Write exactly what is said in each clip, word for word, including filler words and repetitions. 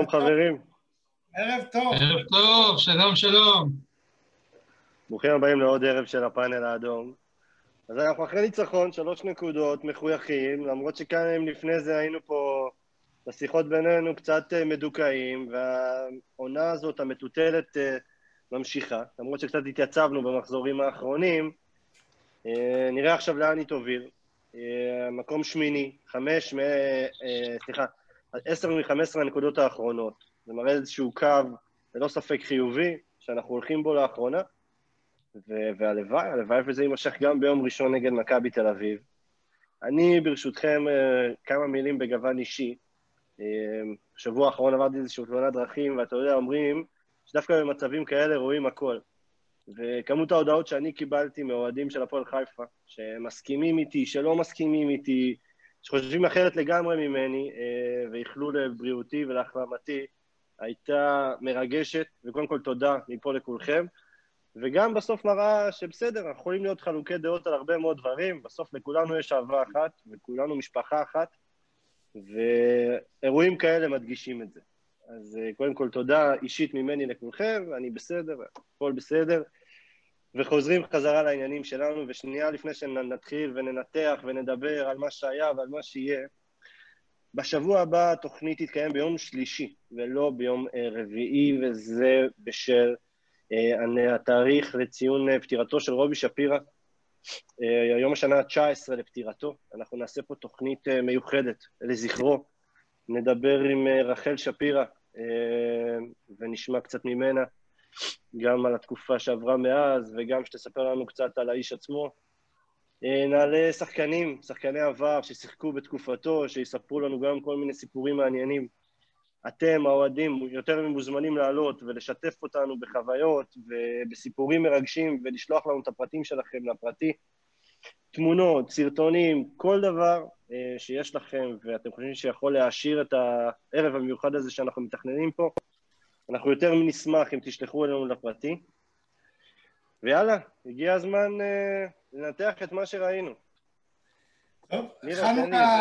שלום חברים. ערב טוב. ערב טוב, שלום שלום. ברוכים הבאים לעוד ערב של הפאנל האדום. אז אנחנו אחרי ניצחון, שלוש נקודות, מחויכים, למרות שכאן לפני זה היינו פה בשיחות בינינו קצת מדוכאים, והעונה הזאת המטוטלת ממשיכה, למרות שקצת התייצבנו במחזורים האחרונים. נראה עכשיו לאן היא תוביל. מקום שמיני, חמש, סליחה, עשר מחמש עשרה הנקודות האחרונות. זה מראה איזשהו קו, ללא ספק חיובי, שאנחנו הולכים בו לאחרונה, והלוואי, הלוואי וזה יימשך גם ביום ראשון נגד מכבי תל אביב. אני ברשותכם כמה מילים בגוון אישי. בשבוע האחרון עברתי איזשהו תאונת דרכים, ואתה יודע, אומרים שדווקא במצבים כאלה רואים הכל. וכמות ההודעות שאני קיבלתי מאוהדים של הפועל חיפה, שמסכימים איתי, שלא מסכימים איתי, שחושבים אחרת לגמרי ממני, ויכלו לבריאותי ולהחלמתי, הייתה מרגשת, וקודם כל תודה מפה לכולכם, וגם בסוף מראה שבסדר, אנחנו יכולים להיות חלוקי דעות על הרבה מאוד דברים, בסוף לכולנו יש אהבה אחת, וכולנו משפחה אחת, ואירועים כאלה מדגישים את זה. אז קודם כל תודה אישית ממני לכולכם, ואני בסדר, הכל בסדר, וחוזרים חזרה לעניינים שלנו, ושנייה לפני שנתחיל וננתח ונדבר על מה שהיה ועל מה שיהיה, בשבוע הבא התוכנית תתקיים ביום שלישי, ולא ביום רביעי, וזה בשל התאריך לציון פטירתו של רובי שפירא, יום השנה ה-תשע עשרה לפטירתו. אנחנו נעשה פה תוכנית מיוחדת לזכרו, נדבר עם רחל שפירא, ונשמע קצת ממנה, גם על התקופה שעברה מאז, וגם שתספר לנו קצת על האיש עצמו. נעלה שחקנים, שחקני עבר ששיחקו בתקופתו, שיספרו לנו גם כל מיני סיפורים מעניינים. אתם, האוהדים, יותר ממוזמנים לעלות ולשתף אותנו בחוויות ובסיפורים מרגשים, ולשלוח לנו את הפרטים שלכם לפרטי. תמונות, סרטונים, כל דבר שיש לכם, ואתם חושבים שיכול להעשיר את הערב המיוחד הזה שאנחנו מתכננים פה. אנחנו יותר נשמח אם תשלחו אלינו לפרטי. ויאללה, הגיע הזמן uh, לנתח את מה שראינו. טוב, חנוכה,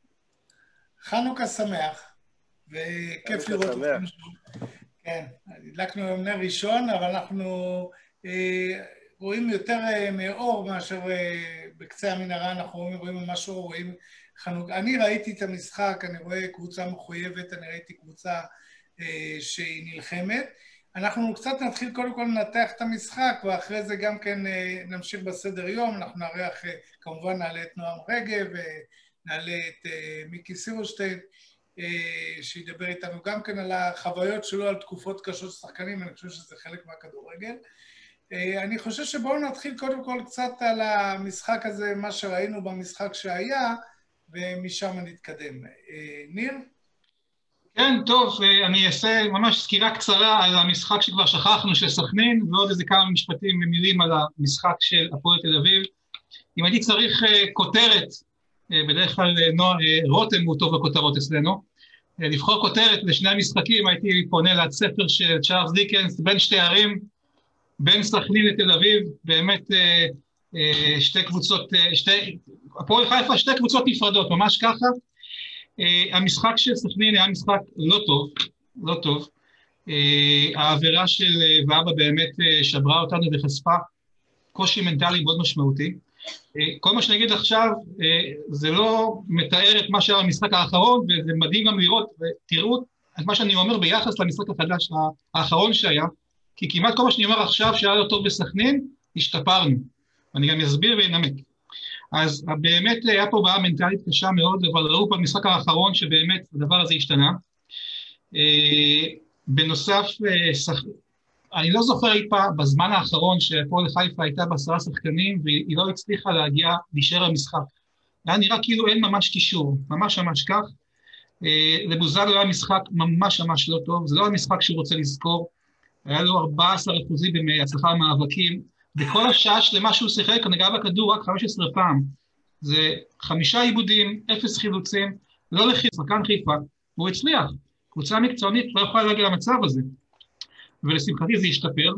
חנוכה שמח, וכיף לראות אתכם. כן, הדלקנו יום נר ראשון, אבל אנחנו אה, רואים יותר אה, מאור מאשר אה, בקצה המנהרה, אנחנו רואים, רואים משהו, רואים חנוכה. אני ראיתי את המשחק, אני רואה קבוצה מחויבת, אני ראיתי קבוצה אה, שהיא נלחמת. אנחנו קצת נתחיל קודם כל לנתח את המשחק, ואחרי זה גם כן נמשיך בסדר יום. אנחנו נארח, כמובן נעלה את נועם רגב, נעלה את מיקי סירושטיין, שידבר איתנו גם כן על החוויות שלו, על תקופות קשות שחקנים, אני חושב שזה חלק מהכדורגל. אני חושב שבואו נתחיל קודם כל קצת על המשחק הזה, מה שראינו במשחק שהיה, ומשם נתקדם. ניר? כן, טוב, אני אעשה ממש סקירה קצרה על המשחק שכבר שכחנו של סכנין, ועוד איזה כמה משפטים ומילים על המשחק של הפועל תל אביב. אם הייתי צריך כותרת, בדרך כלל רותם הוא טוב בכותרות אצלנו, לבחור כותרת לשני המשחקים, הייתי פונה לספר של צ'ארלס דיקנס, בין שתי ערים, בין סכנין לתל אביב, באמת שתי קבוצות, שתי, הפועל חיפה שתי קבוצות נפרדות, ממש ככה. Uh, המשחק של סכנין היה משחק לא טוב, לא טוב. Uh, העבירה של uh, ואבא באמת uh, שברה אותנו וחשפה קושי מנטלי מאוד משמעותי. Uh, כל מה שאני אגיד עכשיו, uh, זה לא מתאר את מה שהיה במשחק האחרון, וזה מדהים גם לראות, ותראו את מה שאני אומר ביחס למשחק החדש האחרון שהיה, כי כמעט כל מה שאני אומר עכשיו שהיה לא טוב בסכנין, השתפרנו. ואני גם אסביר וינמק. אז באמת היה פה בעיה מנטלית קשה מאוד, אבל ראו במשחק האחרון שבאמת הדבר הזה השתנה. בנוסף, אני לא זוכר אי פעם בזמן האחרון שהפועל חיפה הייתה בעשרה שחקנים, והיא לא הצליחה להגיע, להישאר למשחק. היה נראה כאילו אין ממש קישור, ממש ממש כך. לבוזגלו היה משחק ממש ממש לא טוב, זה לא המשחק שהוא רוצה לזכור, היה לו ארבעה עשר אחוז בהצלחה במאבקים, בכל השעה שלמה שהוא שיחק, הוא נגע בכדור רק חמש עשרה פעם. זה חמישה עיבודים, אפס חילוצים, לא לכי, שחקן חיפה, והוא הצליח. קבוצה מקצוענית לא יכולה להגיע למצב הזה. ולשמחתי זה השתפר.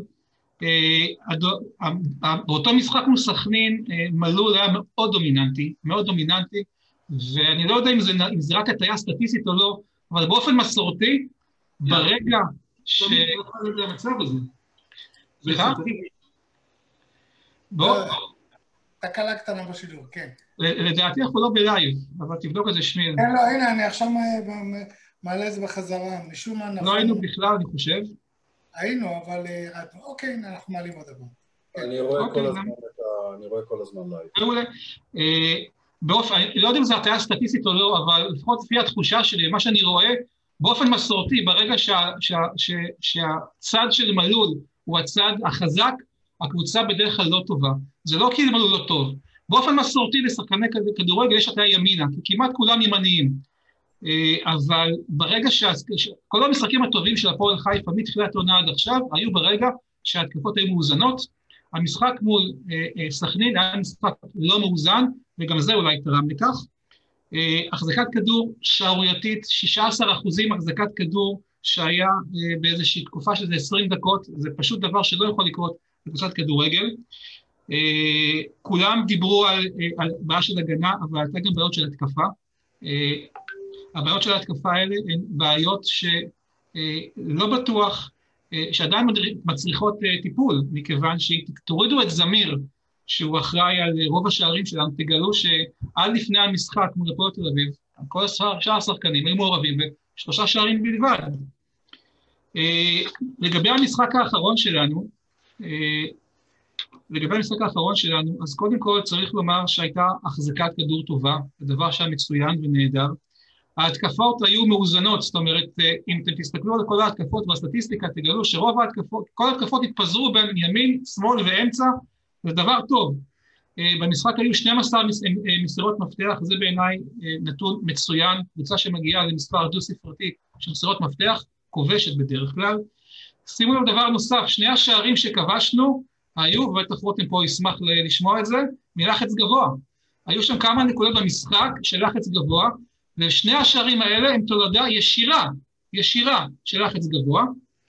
באותו משחק מול סכנין, מלול היה מאוד דומיננטי, מאוד דומיננטי, ואני לא יודע אם זה, אם זה רק הטעיה סטטיסטית או לא, אבל באופן מסורתי, ברגע ש... זה המצב הזה. סליחה? בוא. תקלה קטנה בשידור, כן. לדעתי אנחנו לא בלייב, אבל תבדוק את זה שמיר. כן, לא, הנה, אני עכשיו מעלה את זה בחזרה, משום מה... לא היינו בכלל, אני חושב. היינו, אבל... אוקיי, הנה, אנחנו מעלים עוד דבר. אני רואה כל הזמן את ה... אני רואה כל הזמן לייב. מעולה. באופן, אני לא יודע אם זו הטעיה סטטיסטית או לא, אבל לפחות לפי התחושה שלי, מה שאני רואה, באופן מסורתי, ברגע שהצד של מלול הוא הצד החזק, הקבוצה בדרך כלל לא טובה. זה לא כי מלול לא טוב. באופן מסורתי לשחקני כדורגל יש הטעיה ימינה, כי כמעט כולם ימניים. אבל ברגע שכל המשחקים הטובים של הפועל חיפה מתחילת העונה עד עכשיו, היו ברגע שההתקפות היו מאוזנות. המשחק מול סכנין היה משחק לא מאוזן, וגם זה אולי תרם לכך. החזקת כדור שערורייתית, שישה עשר אחוזים החזקת כדור שהיה באיזושהי תקופה שזה עשרים דקות, זה פשוט דבר שלא יכול לקרות בקבוצת כדורגל. כולם דיברו על, על בעיה של הגנה, אבל הייתה גם בעיות של התקפה. הבעיות של ההתקפה האלה הן בעיות שלא בטוח, שעדיין מצריכות טיפול, מכיוון שתורידו את זמיר, שהוא אחראי על רוב השערים שלנו, תגלו שעד לפני המשחק מול הפועל תל אביב, כל שאר השחקנים היו מעורבים בשלושה שערים בלבד. לגבי המשחק האחרון שלנו, לגבי המשחק האחרון שלנו, אז קודם כל צריך לומר שהייתה החזקת כדור טובה, זה דבר שהיה מצוין ונהדר. ההתקפות היו מאוזנות, זאת אומרת, אם אתם תסתכלו על כל ההתקפות והסטטיסטיקה, תגלו שרוב ההתקפות, כל ההתקפות התפזרו בין ימין, שמאל ואמצע, זה דבר טוב. במשחק היו שתים עשרה מסירות מפתח, זה בעיניי נתון מצוין, קבוצה שמגיעה למספר דו-ספרתי של מסירות מפתח, כובשת בדרך כלל. שימו לב דבר נוסף, שני השערים שכבשנו היו, ובטח רותם פה ישמח לשמוע את זה, מלחץ גבוה. היו שם כמה נקודות במשחק של לחץ גבוה, ושני השערים האלה הם תולדה ישירה, ישירה של לחץ גבוה.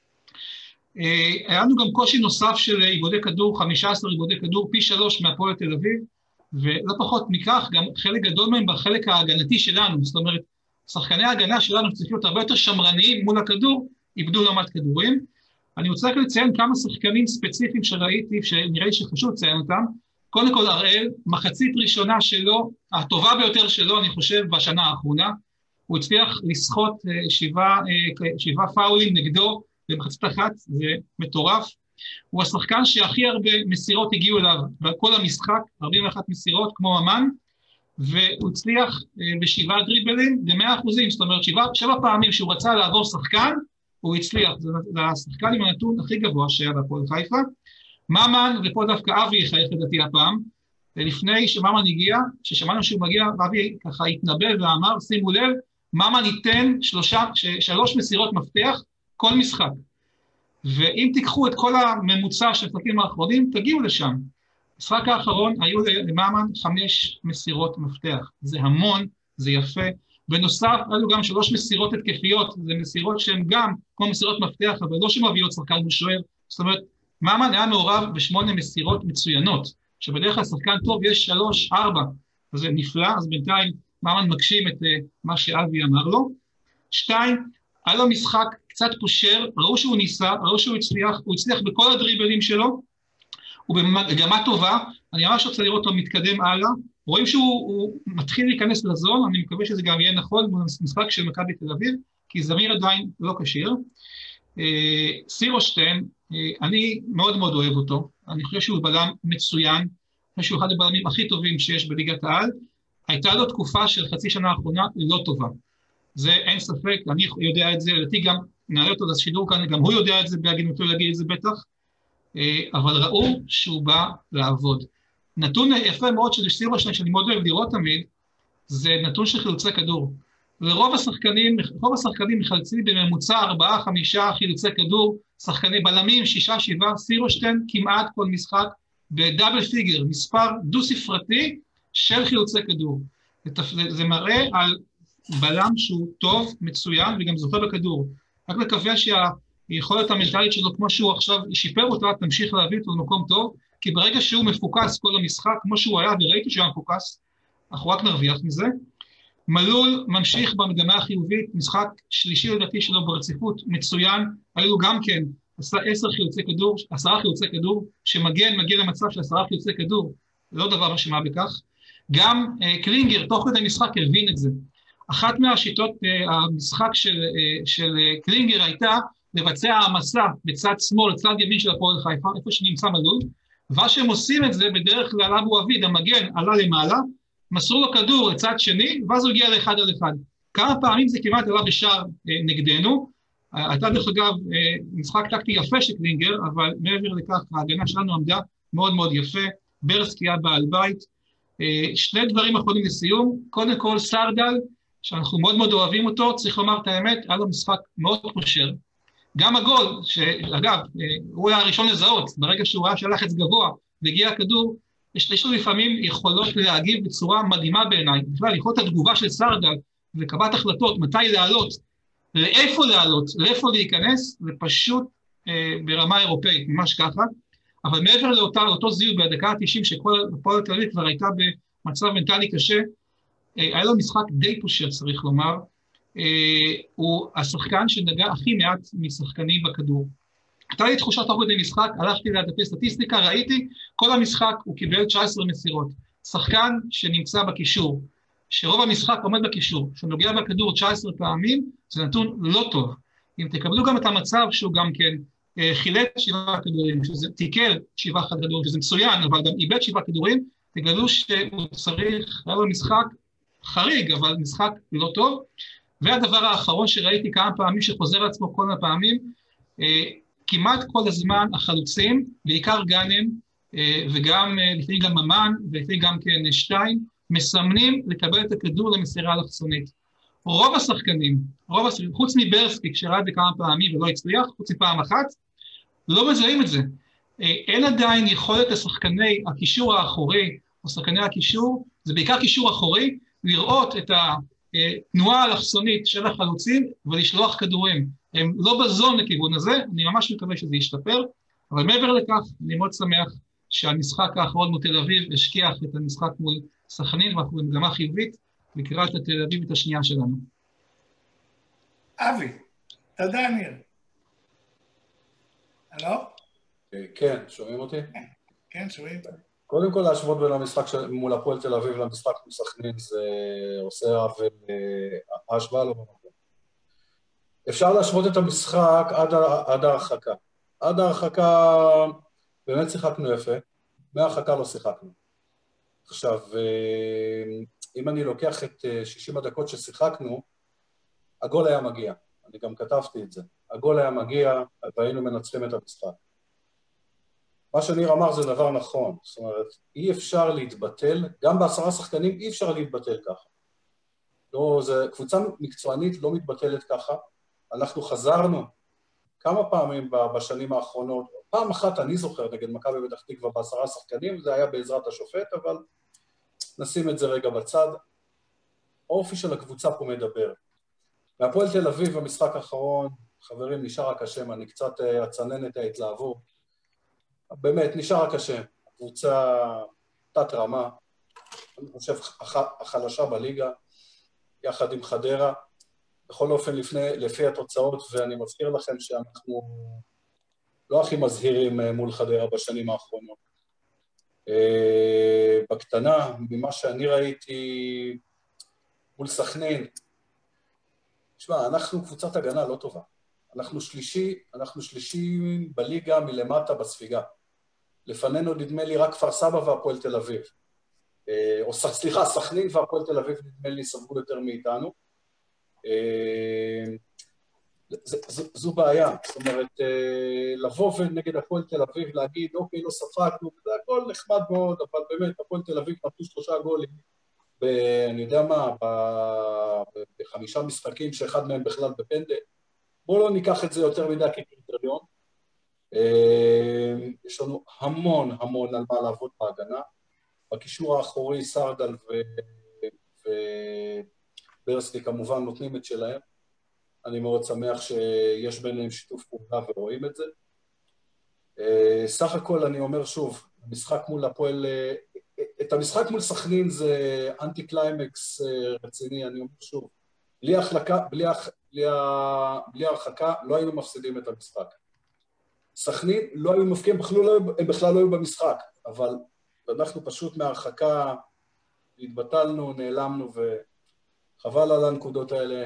היה לנו גם קושי נוסף של עיבודי כדור, חמישה עשר עיבודי כדור, פי שלוש מהפועל תל אביב, ולא פחות מכך, גם חלק גדול מהם בחלק ההגנתי שלנו, זאת אומרת, שחקני ההגנה שלנו צריכים להיות הרבה יותר שמרניים מול הכדור, איבדו לא מעט כדורים. אני רוצה רק לציין כמה שחקנים ספציפיים שראיתי, שנראה לי שחשוב לציין אותם. קודם כל, הראל, מחצית ראשונה שלו, הטובה ביותר שלו, אני חושב, בשנה האחרונה, הוא הצליח לסחוט שבעה, שבעה פאולים נגדו, במחצית אחת, זה מטורף. הוא השחקן שהכי הרבה מסירות הגיעו אליו בכל המשחק, ארבעים ואחת מסירות כמו ממן, והוא הצליח בשבעה דריבלים ב-מאה אחוזים, זאת אומרת, שבע, שבע פעמים שהוא רצה לעבור שחקן, הוא הצליח, זה, זה השחקן עם הנתון הכי גבוה שהיה בהפועל חיפה. ממן, ופה דווקא אבי יחייך לדעתי הפעם, ולפני שממן הגיע, ששמענו שהוא מגיע, אבי ככה התנבל ואמר, שימו לב, ממן ייתן שלושה, שלוש מסירות מפתח, כל משחק. ואם תיקחו את כל הממוצע של המשחקים האחרונים, תגיעו לשם. המשחק האחרון היו למאמן חמש מסירות מפתח. זה המון, זה יפה. בנוסף, היו גם שלוש מסירות התקפיות, זה מסירות שהן גם כמו מסירות מפתח, אבל לא שמביאות שחקן משוער. זאת אומרת, מאמן היה מעורב בשמונה מסירות מצוינות, שבדרך כלל שחקן טוב יש שלוש, ארבע. אז זה נפלא, אז בינתיים מאמן מקשים את מה שאבי אמר לו. שתיים, היה לו משחק קצת פושר, ראו שהוא ניסה, ראו שהוא הצליח, הוא הצליח בכל הדריבלים שלו, הוא במגמה טובה, אני ממש רוצה לראות אותו מתקדם הלאה, רואים שהוא מתחיל להיכנס לזון, אני מקווה שזה גם יהיה נכון, במשחק של מכבי תל אביב, כי זמיר עדיין לא כשיר. סירושטיין, אני מאוד מאוד אוהב אותו, אני חושב שהוא בלם מצוין, אני חושב שהוא אחד הבלמים הכי טובים שיש בליגת העל, הייתה לו תקופה של חצי שנה האחרונה לא טובה. זה אין ספק, אני יודע את זה, לדעתי גם נעלה אותו לשידור כאן, גם הוא יודע את זה, בהגינותו להגיד את זה בטח, אבל ראו שהוא בא לעבוד. נתון יפה מאוד של סירושטיין, שאני מאוד אוהב לראות תמיד, זה נתון של חילוצי כדור. ורוב השחקנים, רוב השחקנים מחלצים בממוצע ארבעה, חמישה חילוצי כדור, שחקני בלמים, שישה, שבעה, סירושטיין, כמעט כל משחק, בדאבל פיגר, מספר דו-ספרתי של חילוצי כדור. זה, זה מראה על בלם שהוא טוב, מצוין, וגם זוכה בכדור. רק מקווה שהיכולת המנטלית שלו, כמו שהוא עכשיו שיפר אותה, תמשיך להביא אותו למקום טוב, כי ברגע שהוא מפוקס כל המשחק, כמו שהוא היה, וראיתי שהוא היה מפוקס, אנחנו רק נרוויח מזה. מלול ממשיך במגמה החיובית, משחק שלישי לדעתי שלו ברציפות, מצוין, היו גם כן עשר חילוצי כדור, עשרה חילוצי כדור, שמגן, מגיע למצב של עשרה חילוצי כדור, לא דבר משמע בכך. גם uh, קלינגר, תוך כדי משחק, הבין את זה. אחת מהשיטות, uh, המשחק של, uh, של uh, קלינגר הייתה לבצע העמסה בצד שמאל, צד ימין של הפועל חיפה, איפה שנמצא מלול, ושהם עושים את זה בדרך כלל אבו עביד, המגן עלה למעלה, מסרו לו כדור לצד שני, ואז הוא הגיע לאחד על אחד. כמה פעמים זה כמעט עלה בשער uh, נגדנו, הייתה דרך אגב משחק טקטי יפה של קלינגר, אבל מעבר לכך ההגנה שלנו עמדה מאוד מאוד יפה, ברסקי היה בעל בית. שני דברים אחרונים לסיום, קודם כל סרדל, שאנחנו מאוד מאוד אוהבים אותו, צריך לומר את האמת, היה לו משחק מאוד פושר. גם הגול, שאגב, הוא היה הראשון לזהות, ברגע שהוא ראה שלחץ גבוה והגיע הכדור, יש לו לפעמים יכולות להגיב בצורה מדהימה בעיניי, בכלל יכולת התגובה של סרדל וקבלת החלטות, מתי לעלות, לאיפה לעלות, לאיפה להיכנס, זה פשוט אה, ברמה אירופאית, ממש ככה, אבל מעבר לאותה, לאותו זיהו בדקה ה-תשעים, שכל הפועל תל אביב כבר הייתה במצב מנטלי קשה, אה, היה לו משחק די פושר, צריך לומר, אה, הוא השחקן שנגע הכי מעט משחקנים בכדור. הייתה לי תחושה תוך כדי משחק, הלכתי לדפי סטטיסטיקה, ראיתי, כל המשחק הוא קיבל תשע עשרה מסירות, שחקן שנמצא בקישור, שרוב המשחק עומד בקישור, שנוגע בכדור תשע עשרה פעמים, זה נתון לא טוב. אם תקבלו גם את המצב שהוא גם כן אה, חילק שבעה כדורים, שזה תיקל שבעה כדורים, שזה מצוין, אבל גם איבד שבעה כדורים, תגלו שהוא צריך, היה לו משחק חריג, אבל משחק לא טוב. והדבר האחרון שראיתי כמה פעמים, שחוזר לעצמו כל הפעמים, אה, כמעט כל הזמן החלוצים, בעיקר גאנם, אה, וגם אה, לפעמים גם ממן, ולפעמים גם כן שתיים, מסמנים לקבל את הכדור למסירה אלכסונית. רוב השחקנים, רוב השחקנים, חוץ מברסקי, שראה בכמה פעמים ולא הצליח, חוץ מפעם אחת, לא מזהים את זה. אין עדיין יכולת לשחקני הקישור האחורי, או שחקני הקישור, זה בעיקר קישור אחורי, לראות את התנועה האלכסונית של החלוצים ולשלוח כדורים. הם לא בזון לכיוון הזה, אני ממש מקווה שזה ישתפר, אבל מעבר לכך, אני מאוד שמח שהמשחק האחרון מול תל אביב השכיח את המשחק מול סכנין, ואנחנו במגמה חיובית, לקראת התל אביבית השנייה שלנו. אבי, תודה ניר. הלו? כן, שומעים אותי? כן, שומעים. קודם כל להשוות בין המשחק מול הפועל תל אביב למשחק מול סכנין, זה עושה עוול, ההשוואה לא במקום. אפשר להשוות את המשחק עד, עד ההרחקה. עד ההרחקה באמת שיחקנו יפה, מההרחקה לא שיחקנו. עכשיו, אם אני לוקח את שישים הדקות ששיחקנו, הגול היה מגיע. אני גם כתבתי את זה. הגול היה מגיע, והיינו מנצחים את המשחק. מה שניר אמר זה דבר נכון. זאת אומרת, אי אפשר להתבטל, גם בעשרה שחקנים אי אפשר להתבטל ככה. לא, זה, קבוצה מקצוענית לא מתבטלת ככה. אנחנו חזרנו כמה פעמים בשנים האחרונות. פעם אחת אני זוכר נגד מכבי פתח תקווה בעשרה שחקנים, זה היה בעזרת השופט, אבל נשים את זה רגע בצד. האופי של הקבוצה פה מדבר. מהפועל תל אביב במשחק האחרון, חברים, נשאר רק השם, אני קצת אצנן את ההתלהבות. באמת, נשאר רק השם. הקבוצה תת רמה, אני חושב החלשה בליגה, יחד עם חדרה. בכל אופן, לפני, לפי התוצאות, ואני מזכיר לכם שאנחנו לא הכי מזהירים מול חדרה בשנים האחרונות. בקטנה, ממה שאני ראיתי מול סכנין, תשמע, אנחנו קבוצת הגנה לא טובה. אנחנו שלישי, אנחנו שלישי בליגה מלמטה בספיגה. לפנינו נדמה לי רק כפר סבא והפועל תל אביב. או סליחה, סכנין והפועל תל אביב נדמה לי ספגו יותר מאיתנו. זו בעיה. זאת אומרת, לבוא ונגד הפועל תל אביב להגיד, אוקיי, לא ספגנו, זה הכל נחמד מאוד, אבל באמת, הפועל תל אביב נתנו שלושה גולים. אני יודע מה, בחמישה משחקים שאחד מהם בכלל בפנדל. בואו לא ניקח את זה יותר מדי כקריטריון. יש לנו המון המון על מה לעבוד בהגנה. בקישור האחורי סרדל וברסקי כמובן נותנים את שלהם. אני מאוד שמח שיש ביניהם שיתוף פעולה ורואים את זה. סך הכל אני אומר שוב, המשחק מול הפועל, את המשחק מול סכנין זה אנטי קליימקס רציני, אני אומר שוב, בלי החלקה, בלי, בלי, בלי הרחקה, לא היינו מפסידים את המשחק. סכנין לא היו מפקיעים, הם בכלל לא היו במשחק, אבל אנחנו פשוט מהרחקה התבטלנו, נעלמנו, וחבל על הנקודות האלה,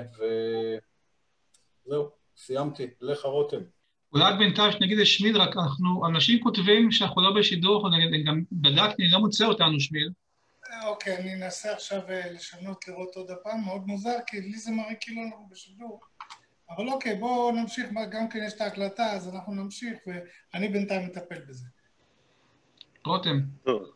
וזהו, סיימתי, לך רותם. אולי בינתיים שנגיד לשמיל, רק אנחנו, אנשים כותבים שאנחנו לא בשידור, גם בדקתי, לא מוצא אותנו שמיל. אוקיי, אני אנסה עכשיו לשנות לראות עוד הפעם, מאוד מוזר, כי לי זה מראה כאילו אנחנו בשידור. אבל אוקיי, בואו נמשיך, גם כן יש את ההקלטה, אז אנחנו נמשיך, ואני בינתיים מטפל בזה. רותם. טוב.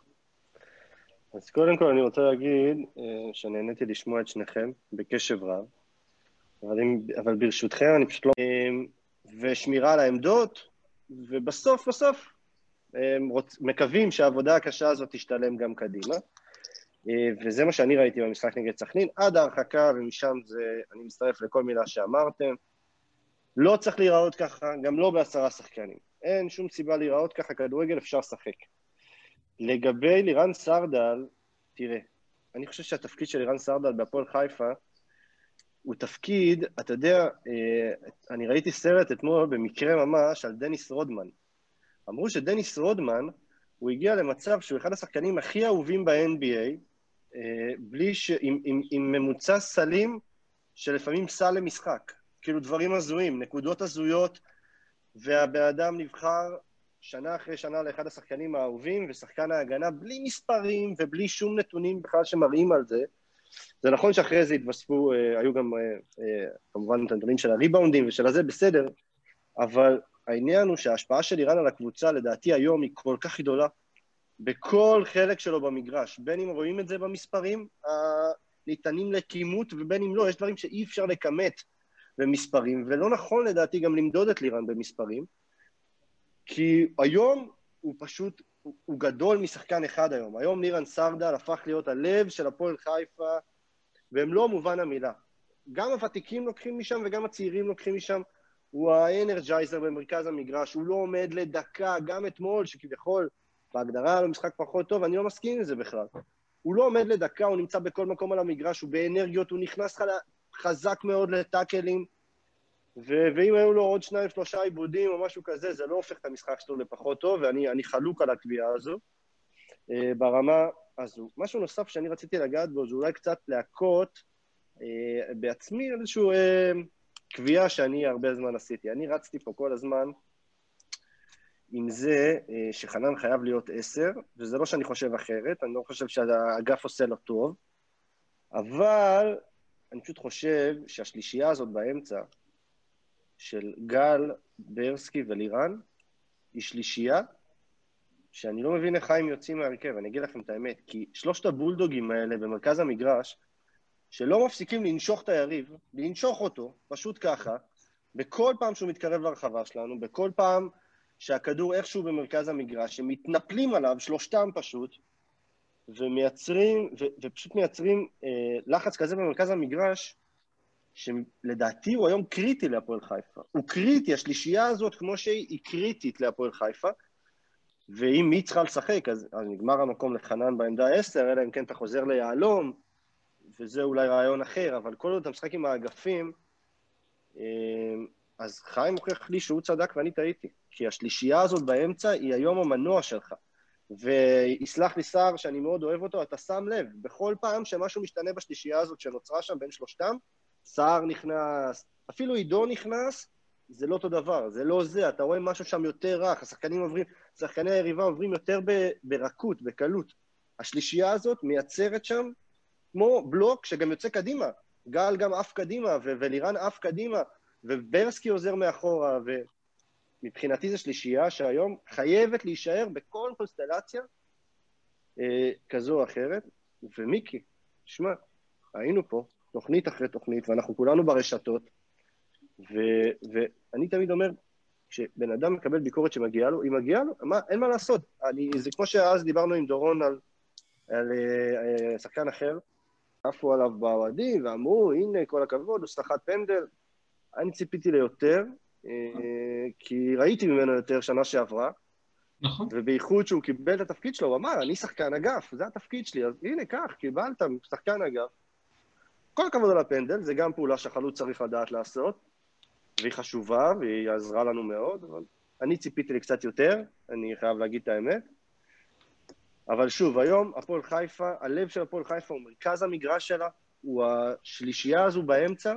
אז קודם כל אני רוצה להגיד שנהניתי לשמוע את שניכם בקשב רב, אבל, אבל ברשותכם אני פשוט לא... ושמירה על העמדות, ובסוף בסוף רוצ... מקווים שהעבודה הקשה הזאת תשתלם גם קדימה, וזה מה שאני ראיתי במשחק נגד סכנין, עד ההרחקה, ומשם זה, אני מצטרף לכל מילה שאמרתם, לא צריך להיראות ככה, גם לא בעשרה שחקנים, אין שום סיבה להיראות ככה, כדורגל אפשר לשחק. לגבי לירן סרדל, תראה, אני חושב שהתפקיד של לירן סרדל בהפועל חיפה, הוא תפקיד, אתה יודע, אני ראיתי סרט אתמול במקרה ממש על דניס רודמן. אמרו שדניס רודמן, הוא הגיע למצב שהוא אחד השחקנים הכי אהובים ב-אן בי איי, בלי ש... עם, עם, עם ממוצע סלים שלפעמים סל למשחק. כאילו דברים הזויים, נקודות הזויות, והבן אדם נבחר שנה אחרי שנה לאחד השחקנים האהובים, ושחקן ההגנה בלי מספרים ובלי שום נתונים בכלל שמראים על זה. זה נכון שאחרי זה התווספו, היו גם כמובן את הנתונים של הריבאונדים ושל הזה, בסדר, אבל העניין הוא שההשפעה של איראן על הקבוצה, לדעתי היום, היא כל כך גדולה, בכל חלק שלו במגרש, בין אם רואים את זה במספרים הניתנים לכימות, ובין אם לא, יש דברים שאי אפשר לכמת במספרים, ולא נכון לדעתי גם למדוד את לירן במספרים, כי היום הוא פשוט, הוא, הוא גדול משחקן אחד היום. היום לירן סרדל הפך להיות הלב של הפועל חיפה, והם לא מובן המילה. גם הוותיקים לוקחים משם וגם הצעירים לוקחים משם, הוא האנרג'ייזר במרכז המגרש, הוא לא עומד לדקה, גם אתמול שכביכול, בהגדרה על משחק פחות טוב, אני לא מסכים עם זה בכלל. הוא לא עומד לדקה, הוא נמצא בכל מקום על המגרש, הוא באנרגיות, הוא נכנס חזק מאוד לטאקלים, ו- ואם היו לו עוד שניים, שלושה עיבודים או משהו כזה, זה לא הופך את המשחק שלו לפחות טוב, ואני אני חלוק על הקביעה הזו, uh, ברמה הזו. משהו נוסף שאני רציתי לגעת בו, זה אולי קצת להכות uh, בעצמי איזשהו uh, קביעה שאני הרבה זמן עשיתי. אני רצתי פה כל הזמן עם זה uh, שחנן חייב להיות עשר, וזה לא שאני חושב אחרת, אני לא חושב שהאגף עושה לו טוב, אבל אני פשוט חושב שהשלישייה הזאת באמצע, של גל, ברסקי ולירן, היא שלישייה, שאני לא מבין איך הם יוצאים מהרכב, אני אגיד לכם את האמת, כי שלושת הבולדוגים האלה במרכז המגרש, שלא מפסיקים לנשוך את היריב, לנשוך אותו, פשוט ככה, בכל פעם שהוא מתקרב לרחבה שלנו, בכל פעם שהכדור איכשהו במרכז המגרש, הם מתנפלים עליו, שלושתם פשוט, ומייצרים, ו, ופשוט מייצרים אה, לחץ כזה במרכז המגרש, שלדעתי הוא היום קריטי להפועל חיפה. הוא קריטי, השלישייה הזאת כמו שהיא, היא קריטית להפועל חיפה, ואם מי צריכה לשחק, אז, אז נגמר המקום לחנן בעמדה עשר, אלא אם כן אתה חוזר ליעלום, וזה אולי רעיון אחר, אבל כל עוד אתה משחק עם האגפים, אז חיים מוכיח לי שהוא צדק ואני טעיתי, כי השלישייה הזאת באמצע היא היום המנוע שלך, ויסלח לי שר שאני מאוד אוהב אותו, אתה שם לב, בכל פעם שמשהו משתנה בשלישייה הזאת שנוצרה שם בין שלושתם, סער נכנס, אפילו עידו נכנס, זה לא אותו דבר, זה לא זה, אתה רואה משהו שם יותר רך, השחקנים עוברים, שחקני היריבה עוברים יותר ברכות, בקלות. השלישייה הזאת מייצרת שם כמו בלוק שגם יוצא קדימה, גל גם אף קדימה, ו- ולירן אף קדימה, וברסקי עוזר מאחורה, ומבחינתי זה שלישייה שהיום חייבת להישאר בכל קונסטלציה אה, כזו או אחרת, ומיקי, שמע, היינו פה, תוכנית אחרי תוכנית, ואנחנו כולנו ברשתות, ו- ואני תמיד אומר, כשבן אדם מקבל ביקורת שמגיעה לו, היא מגיעה לו, מה, אין מה לעשות. אני, זה כמו שאז דיברנו עם דורון על, על uh, שחקן אחר, עפו עליו באוהדים, ואמרו, הנה, כל הכבוד, הוא סחט פנדל. אני ציפיתי ליותר, uh, כי ראיתי ממנו יותר שנה שעברה, נכון. ובייחוד שהוא קיבל את התפקיד שלו, הוא אמר, אני שחקן אגף, זה התפקיד שלי, אז הנה, כך, קיבלת, שחקן אגף. כל הכבוד על הפנדל, זה גם פעולה שהחלוץ צריך לדעת לעשות, והיא חשובה, והיא עזרה לנו מאוד, אבל אני ציפיתי לי קצת יותר, אני חייב להגיד את האמת. אבל שוב, היום, הפועל חיפה, הלב של הפועל חיפה הוא מרכז המגרש שלה, הוא השלישייה הזו באמצע,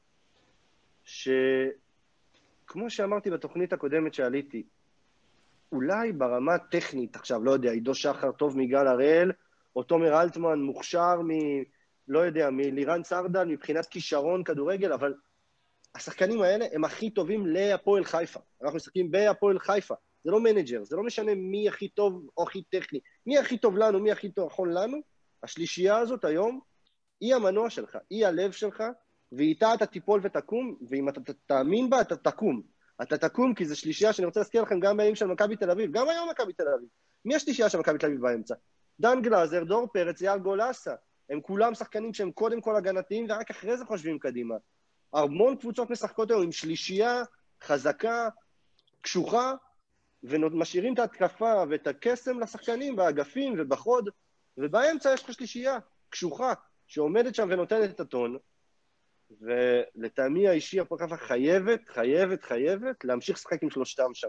שכמו שאמרתי בתוכנית הקודמת שעליתי, אולי ברמה טכנית, עכשיו, לא יודע, עידו שחר טוב מגל הראל, או תומר אלטמן מוכשר מ... לא יודע, מלירן סרדן, מבחינת כישרון כדורגל, אבל השחקנים האלה הם הכי טובים להפועל חיפה. אנחנו משחקים בהפועל חיפה. זה לא מנג'ר, זה לא משנה מי הכי טוב או הכי טכני. מי הכי טוב לנו, מי הכי טוב נכון לנו, השלישייה הזאת היום, היא המנוע שלך, היא הלב שלך, ואיתה אתה תיפול ותקום, ואם אתה תאמין בה, אתה תקום. אתה תקום, כי זו שלישייה שאני רוצה להזכיר לכם גם בימים של מכבי תל אביב, גם היום מכבי תל אביב. מי השלישייה של מכבי תל אביב באמצע? דן גלאזר, דור פרץ, יאל גולסה. הם כולם שחקנים שהם קודם כל הגנתיים, ורק אחרי זה חושבים קדימה. המון קבוצות משחקות היום עם שלישייה חזקה, קשוחה, ומשאירים את ההתקפה ואת הקסם לשחקנים באגפים ובחוד, ובאמצע יש לך שלישייה קשוחה, שעומדת שם ונותנת את הטון, ולטעמי האישי הפועל חיפה חייבת, חייבת, חייבת להמשיך לשחק עם שלושתם שם.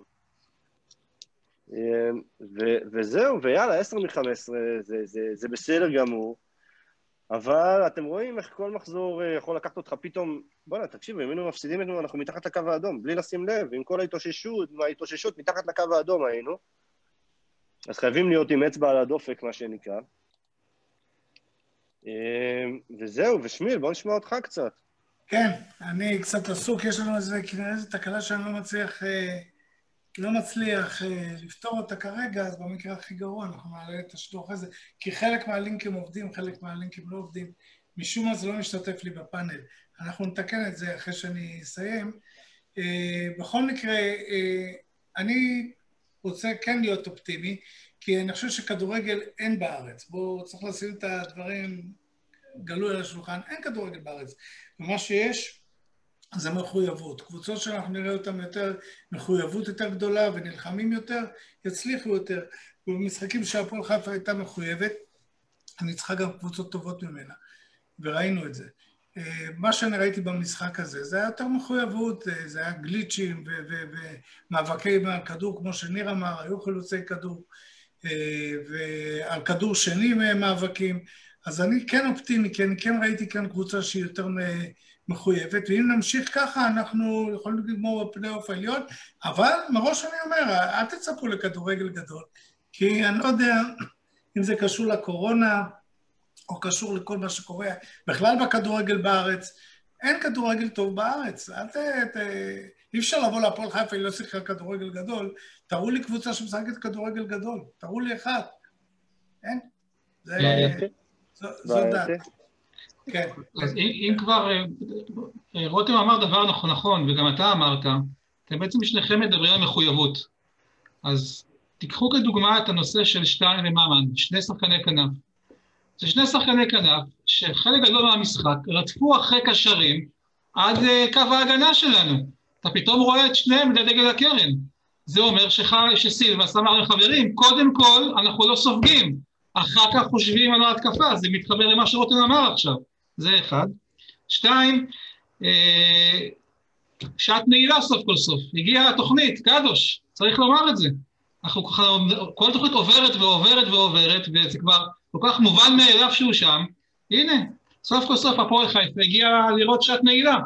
ו- וזהו, ויאללה, עשר מחמש עשרה, זה, זה, זה בסדר גמור, אבל אתם רואים איך כל מחזור יכול לקחת אותך פתאום, בוא'נה, תקשיבו, אם היינו מפסידים את אנחנו מתחת לקו האדום, בלי לשים לב, עם כל ההתאוששות, ההתאוששות מתחת לקו האדום היינו, אז חייבים להיות עם אצבע על הדופק, מה שנקרא. וזהו, ושמיל, בוא נשמע אותך קצת. כן, אני קצת עסוק, יש לנו איזה, כנראה איזו תקלה שאני לא מצליח, לא מצליח לפתור אותה כרגע, אז במקרה הכי גרוע אנחנו מעלה את השידור אחרי זה, כי חלק מהלינקים עובדים, חלק מהלינקים לא עובדים, משום מה זה לא משתתף לי בפאנל. אנחנו נתקן את זה אחרי שאני אסיים. בכל מקרה, אני רוצה כן להיות אופטימי, כי אני חושב שכדורגל אין בארץ. בואו צריך לשים את הדברים גלוי על השולחן, אין כדורגל בארץ. ומה שיש זה מחויבות. קבוצות שאנחנו נראה אותן יותר, מחויבות יותר גדולה ונלחמים יותר, יצליחו יותר. ובמשחקים שהפועל חיפה הייתה מחויבת, אני צריכה גם קבוצות טובות ממנה. וראינו את זה. מה שאני ראיתי במשחק הזה, זה היה יותר מחויבות, זה היה גליצ'ים ומאבקי מהכדור, כמו שניר אמר, היו חילוצי כדור, ועל כדור שני מאבקים. אז אני כן אופטימי, כי אני כן ראיתי כאן קבוצה שהיא יותר מחויבת, ואם נמשיך ככה, אנחנו יכולים לגמור בפלייאוף העליון, אבל מראש אני אומר, אל תצפו לכדורגל גדול, כי אני לא יודע אם זה קשור לקורונה, או קשור לכל מה שקורה, בכלל בכדורגל בארץ, אין כדורגל טוב בארץ, אל ת... ת... אי אפשר לבוא להפועל חיפה, היא לא שיחקה כדורגל גדול, תראו לי קבוצה שמשחקת כדורגל גדול, תראו לי אחד, אין? זה... זו דעת. כן. אז אם כבר, רותם אמר דבר נכון, נכון, וגם אתה אמרת, אתם בעצם שניכם מדברים על מחויבות. אז תיקחו כדוגמה את הנושא של שטיין וממן, שני שחקני כנף. זה שני שחקני כנף, שחלק גדול מהמשחק רדפו אחרי קשרים עד קו ההגנה שלנו. אתה פתאום רואה את שניהם לדגל הקרן. זה אומר שסילבס אמר לחברים, קודם כל אנחנו לא סופגים, אחר כך חושבים על ההתקפה, זה מתחבר למה שרותם אמר עכשיו. זה אחד. שתיים, אה, שעת נעילה סוף כל סוף. הגיעה התוכנית, קדוש, צריך לומר את זה. אנחנו ככה, כל תוכנית עוברת ועוברת ועוברת, וזה כבר כל כך מובן מאליו שהוא שם. הנה, סוף כל סוף הפועל חיפה הגיע לראות שעת נעילה.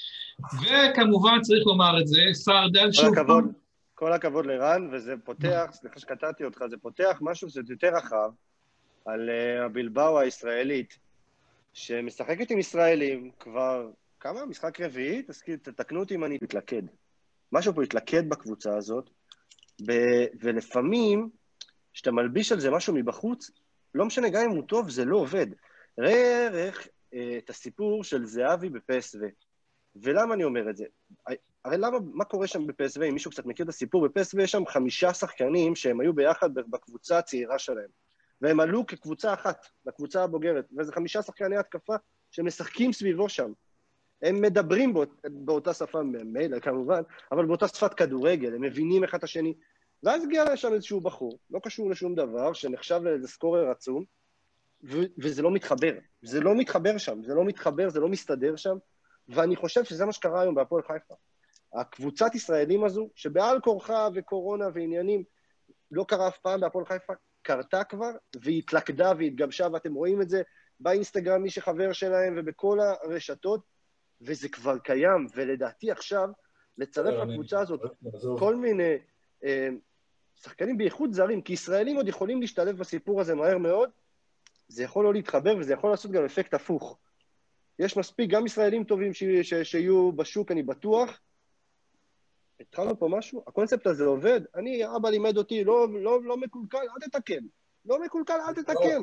וכמובן צריך לומר את זה, סרדל שוב פעם. כל הכבוד לרן, וזה פותח, סליחה שקטעתי אותך, זה פותח משהו קצת יותר רחב, על uh, הבלבאו הישראלית, שמשחקת עם ישראלים כבר כמה? משחק רביעי? תתקנו אותי אם אני מתלכד. משהו פה התלכד בקבוצה הזאת, ב- ולפעמים, כשאתה מלביש על זה משהו מבחוץ, לא משנה גם אם הוא טוב, זה לא עובד. ראה ערך uh, את הסיפור של זהבי בפסו. ולמה אני אומר את זה? הרי למה, מה קורה שם בפסו? אם מישהו קצת מכיר את הסיפור, בפסו יש שם חמישה שחקנים שהם היו ביחד בקבוצה הצעירה שלהם. והם עלו כקבוצה אחת, לקבוצה הבוגרת, וזה חמישה שחקני התקפה שמשחקים סביבו שם. הם מדברים באות, באותה שפה, מילא כמובן, אבל באותה שפת כדורגל, הם מבינים אחד את השני, ואז הגיע לשם איזשהו בחור, לא קשור לשום דבר, שנחשב לאיזה סקורר עצום, ו- וזה לא מתחבר. זה לא מתחבר שם, זה לא מתחבר, זה לא מסתדר שם, ואני חושב שזה מה שקרה היום בהפועל חיפה. הקבוצת ישראלים הזו, שבעל כורחה וקורונה ועניינים, לא קרה אף פעם בהפועל חיפה, קרתה כבר, והיא התלכדה והתגבשה, ואתם רואים את זה באינסטגרם, מי שחבר שלהם, ובכל הרשתות, וזה כבר קיים, ולדעתי עכשיו, לצרף לקבוצה הזאת כל מיני אה, שחקנים בייחוד זרים, כי ישראלים עוד יכולים להשתלב בסיפור הזה מהר מאוד, זה יכול לא להתחבר, וזה יכול לעשות גם אפקט הפוך. יש מספיק גם ישראלים טובים ש- ש- שיהיו בשוק, אני בטוח. התחלנו פה משהו? הקונספט הזה עובד? אני, אבא לימד אותי, לא, לא, לא מקולקל, אל תתקן. לא מקולקל, אל תתקן.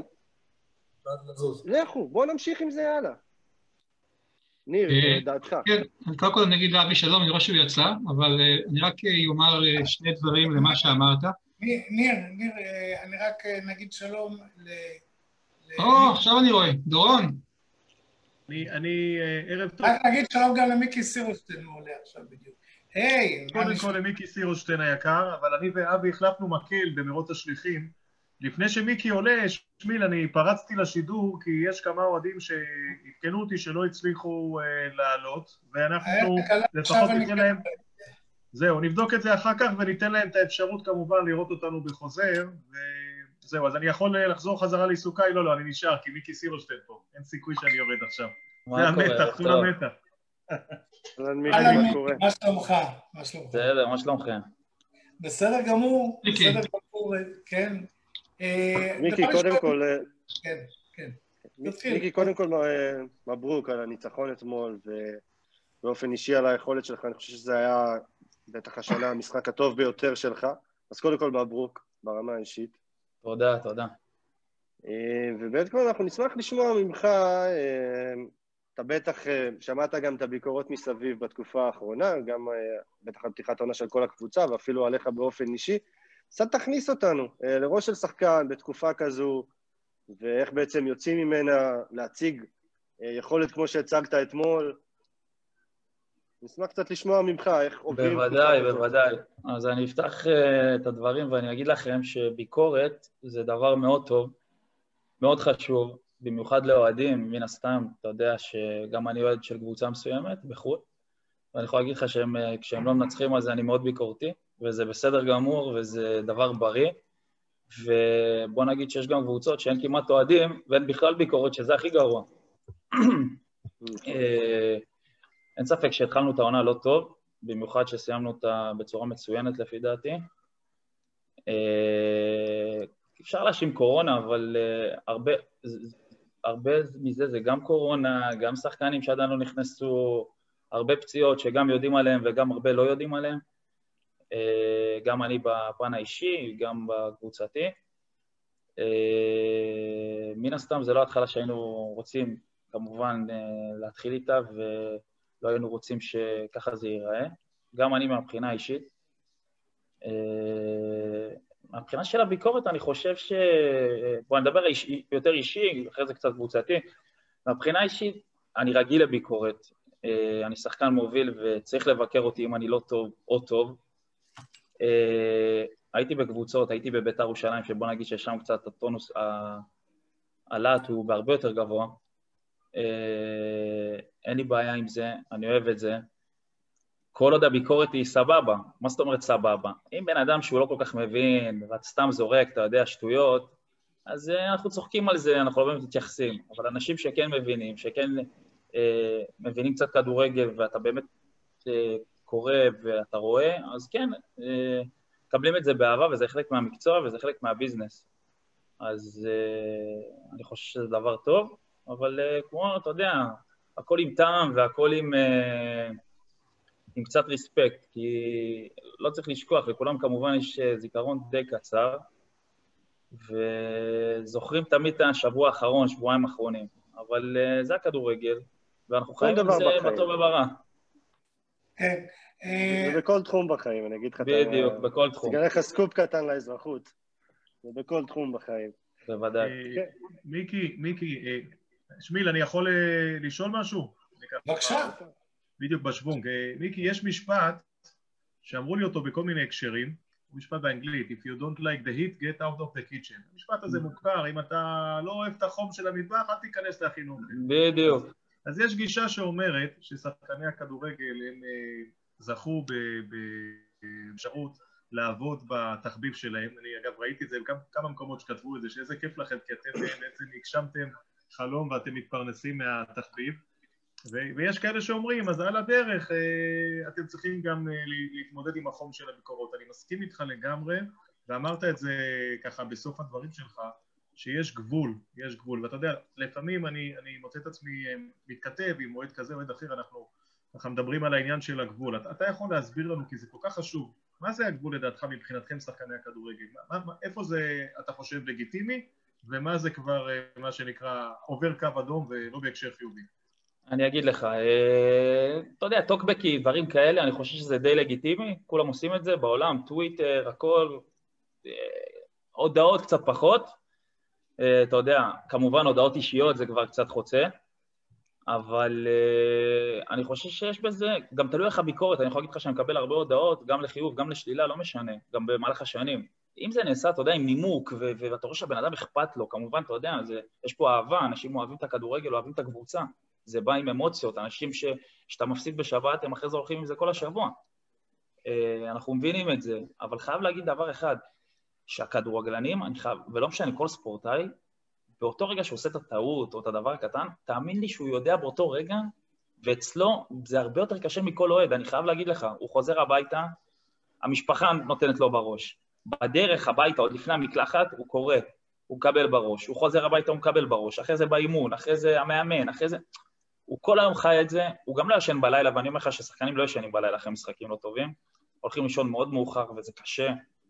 לכו, בואו נמשיך עם זה, יאללה. ניר, דעתך. כן, קודם כל אני אגיד לאבי שלום, אני רואה שהוא יצא, אבל אני רק אומר שני דברים למה שאמרת. ניר, ניר, אני רק נגיד שלום ל... או, עכשיו אני רואה, דורון. אני, ערב טוב. רק נגיד שלום גם למיקי סירושטיין, הוא עולה עכשיו בדיוק. היי! קודם כל למיקי סירושטיין היקר, אבל אני ואבי החלפנו מקל במרוץ השליחים. לפני שמיקי עולה, שמיל, אני פרצתי לשידור, כי יש כמה אוהדים שהתקנו אותי שלא הצליחו uh, לעלות, ואנחנו לפחות ניתן להם... זהו, נבדוק את זה אחר כך, וניתן להם את האפשרות כמובן לראות אותנו בחוזר, וזהו, אז אני יכול לחזור חזרה לעיסוקיי? לא, לא, אני נשאר, כי מיקי סירושטיין פה, אין סיכוי שאני יורד עכשיו. זה המתח, כול המתח. מה שלומך? בסדר, מה שלומכם? בסדר גמור, בסדר גמור, כן. מיקי, קודם כל... כן, כן. מיקי, קודם כל מברוק על הניצחון אתמול, ובאופן אישי על היכולת שלך, אני חושב שזה היה בטח השנה המשחק הטוב ביותר שלך, אז קודם כל מברוק ברמה האישית. תודה, תודה. ובאמת כל אנחנו נשמח לשמוע ממך, אתה בטח שמעת גם את הביקורות מסביב בתקופה האחרונה, גם בטח על פתיחת העונה של כל הקבוצה, ואפילו עליך באופן אישי, קצת תכניס אותנו לראש של שחקן בתקופה כזו, ואיך בעצם יוצאים ממנה להציג יכולת כמו שהצגת אתמול. נשמח קצת לשמוע ממך, איך עוברים... בוודאי, בוודאי. אז אני אפתח את הדברים ואני אגיד לכם שביקורת זה דבר מאוד טוב, מאוד חשוב, במיוחד לאוהדים, מן הסתם, אתה יודע שגם אני אוהד של קבוצה מסוימת בחו"ל, ואני יכול להגיד לך שכשהם לא מנצחים על זה אני מאוד ביקורתי, וזה בסדר גמור, וזה דבר בריא, ובוא נגיד שיש גם קבוצות שאין כמעט אוהדים, ואין בכלל ביקורת, שזה הכי גרוע. אין ספק שהתחלנו את העונה לא טוב, במיוחד שסיימנו אותה בצורה מצוינת לפי דעתי. אפשר להאשים קורונה, אבל הרבה, הרבה מזה זה גם קורונה, גם שחקנים שעדיין לא נכנסו, הרבה פציעות שגם יודעים עליהם וגם הרבה לא יודעים עליהם. גם אני בפן האישי, גם בקבוצתי. מן הסתם זה לא התחלה שהיינו רוצים כמובן להתחיל איתה, ולא היינו רוצים שככה זה ייראה. גם אני מהבחינה האישית. מהבחינה של הביקורת אני חושב ש... בוא נדבר יותר אישי, אחרי זה קצת קבוצתי. מהבחינה האישית אני רגיל לביקורת. אני שחקן מוביל וצריך לבקר אותי אם אני לא טוב או טוב. הייתי בקבוצות, הייתי בבית"ר ירושלים, שבוא נגיד ששם קצת הטונוס, הלהט הוא בהרבה יותר גבוה. אין לי בעיה עם זה, אני אוהב את זה. כל עוד הביקורת היא סבבה. מה זאת אומרת סבבה? אם בן אדם שהוא לא כל כך מבין, ואת סתם זורק, אתה יודע, שטויות, אז אנחנו צוחקים על זה, אנחנו לא באמת מתייחסים. אבל אנשים שכן מבינים, שכן אה, מבינים קצת כדורגל, ואתה באמת אה, קורא ואתה רואה, אז כן, אה, קבלים את זה באהבה, וזה חלק מהמקצוע, וזה חלק מהביזנס. אז אה, אני חושב שזה דבר טוב, אבל אה, כמו, אתה יודע, הכל עם טעם, והכל עם... אה, עם קצת ריספקט, כי לא צריך לשכוח, לכולם כמובן יש זיכרון די קצר, וזוכרים תמיד את השבוע האחרון, שבועיים האחרונים, אבל זה הכדורגל, ואנחנו חיים עם זה בטוב וברע. כן. זה בכל תחום בחיים, אני אגיד לך. בדיוק, בכל תחום. תגלה לך סקופ קטן לאזרחות, זה בכל תחום בחיים. בוודאי. מיקי, מיקי, שמיל, אני יכול לשאול משהו? בבקשה. בדיוק בשוונג. מיקי, יש משפט שאמרו לי אותו בכל מיני הקשרים, הוא משפט באנגלית, If you don't like the heat, get out of the kitchen. המשפט הזה מוכר, אם אתה לא אוהב את החום של המטבח, אל תיכנס להכין אוכל. בדיוק. אז, אז יש גישה שאומרת ששחקני הכדורגל הם זכו באפשרות לעבוד בתחביב שלהם. אני אגב ראיתי את זה בכמה מקומות שכתבו את זה, שאיזה כיף לכם, כי אתם בעצם הגשמתם חלום ואתם מתפרנסים מהתחביב. ויש כאלה שאומרים, אז על הדרך אתם צריכים גם להתמודד עם החום של הביקורות. אני מסכים איתך לגמרי, ואמרת את זה ככה בסוף הדברים שלך, שיש גבול, יש גבול. ואתה יודע, לפעמים אני, אני מוצא את עצמי מתכתב עם מועד כזה או מועד אחר, אנחנו, אנחנו מדברים על העניין של הגבול. אתה, אתה יכול להסביר לנו, כי זה כל כך חשוב, מה זה הגבול לדעתך מבחינתכם שחקני הכדורגל? מה, מה, איפה זה, אתה חושב, לגיטימי, ומה זה כבר, מה שנקרא, עובר קו אדום ולא בהקשר חיובי? אני אגיד לך, אתה יודע, טוקבקי, דברים כאלה, אני חושב שזה די לגיטימי, כולם עושים את זה בעולם, טוויטר, הכל, הודעות קצת פחות, אתה יודע, כמובן הודעות אישיות זה כבר קצת חוצה, אבל אני חושב שיש בזה, גם תלוי איך הביקורת, אני יכול להגיד לך שאני מקבל הרבה הודעות, גם לחיוב, גם לשלילה, לא משנה, גם במהלך השנים. אם זה נעשה, אתה יודע, עם נימוק, ואתה רואה שהבן אדם אכפת לו, כמובן, אתה יודע, יש פה אהבה, אנשים אוהבים את הכדורגל, אוהבים את הקבוצה. זה בא עם אמוציות, אנשים ש, שאתה מפסיד בשבת, הם אחרי זה הולכים עם זה כל השבוע. אנחנו מבינים את זה, אבל חייב להגיד דבר אחד, שהכדורגלנים, אני חייב, ולא משנה כל ספורטאי, באותו רגע שהוא עושה את הטעות או את הדבר הקטן, תאמין לי שהוא יודע באותו רגע, ואצלו זה הרבה יותר קשה מכל אוהד, אני חייב להגיד לך, הוא חוזר הביתה, המשפחה נותנת לו בראש, בדרך הביתה, עוד לפני המקלחת, הוא קורא, הוא מקבל בראש, הוא חוזר הביתה, הוא מקבל בראש, אחרי זה באימון, אחרי זה המאמן, אחרי זה... הוא כל היום חי את זה, הוא גם לא ישן בלילה, ואני אומר לך ששחקנים לא ישנים בלילה אחרי משחקים לא טובים, הולכים לישון מאוד מאוחר וזה קשה,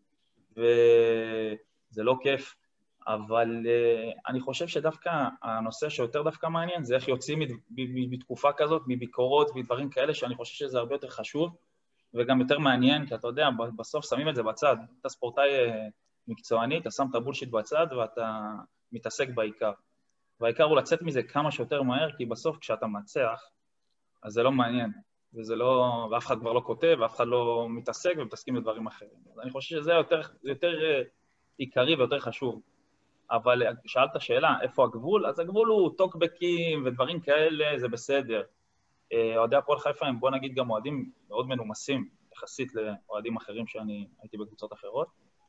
וזה לא כיף, אבל uh, אני חושב שדווקא הנושא שיותר דווקא מעניין, זה איך יוצאים בתקופה כזאת, מביקורות ודברים כאלה, שאני חושב שזה הרבה יותר חשוב, וגם יותר מעניין, כי אתה יודע, בסוף שמים את זה בצד, אתה ספורטאי מקצועני, אתה שם את הבולשיט בצד, ואתה מתעסק בעיקר. והעיקר הוא לצאת מזה כמה שיותר מהר, כי בסוף כשאתה מנצח, אז זה לא מעניין, וזה לא, ואף אחד כבר לא כותב, ואף אחד לא מתעסק ומתעסקים בדברים אחרים. אז אני חושב שזה יותר, יותר עיקרי ויותר חשוב. אבל שאלת שאלה, איפה הגבול? אז הגבול הוא טוקבקים ודברים כאלה, זה בסדר. אוהדי הפועל חיפה הם, בוא נגיד, גם אוהדים מאוד מנומסים, יחסית לאוהדים אחרים שאני הייתי בקבוצות אחרות,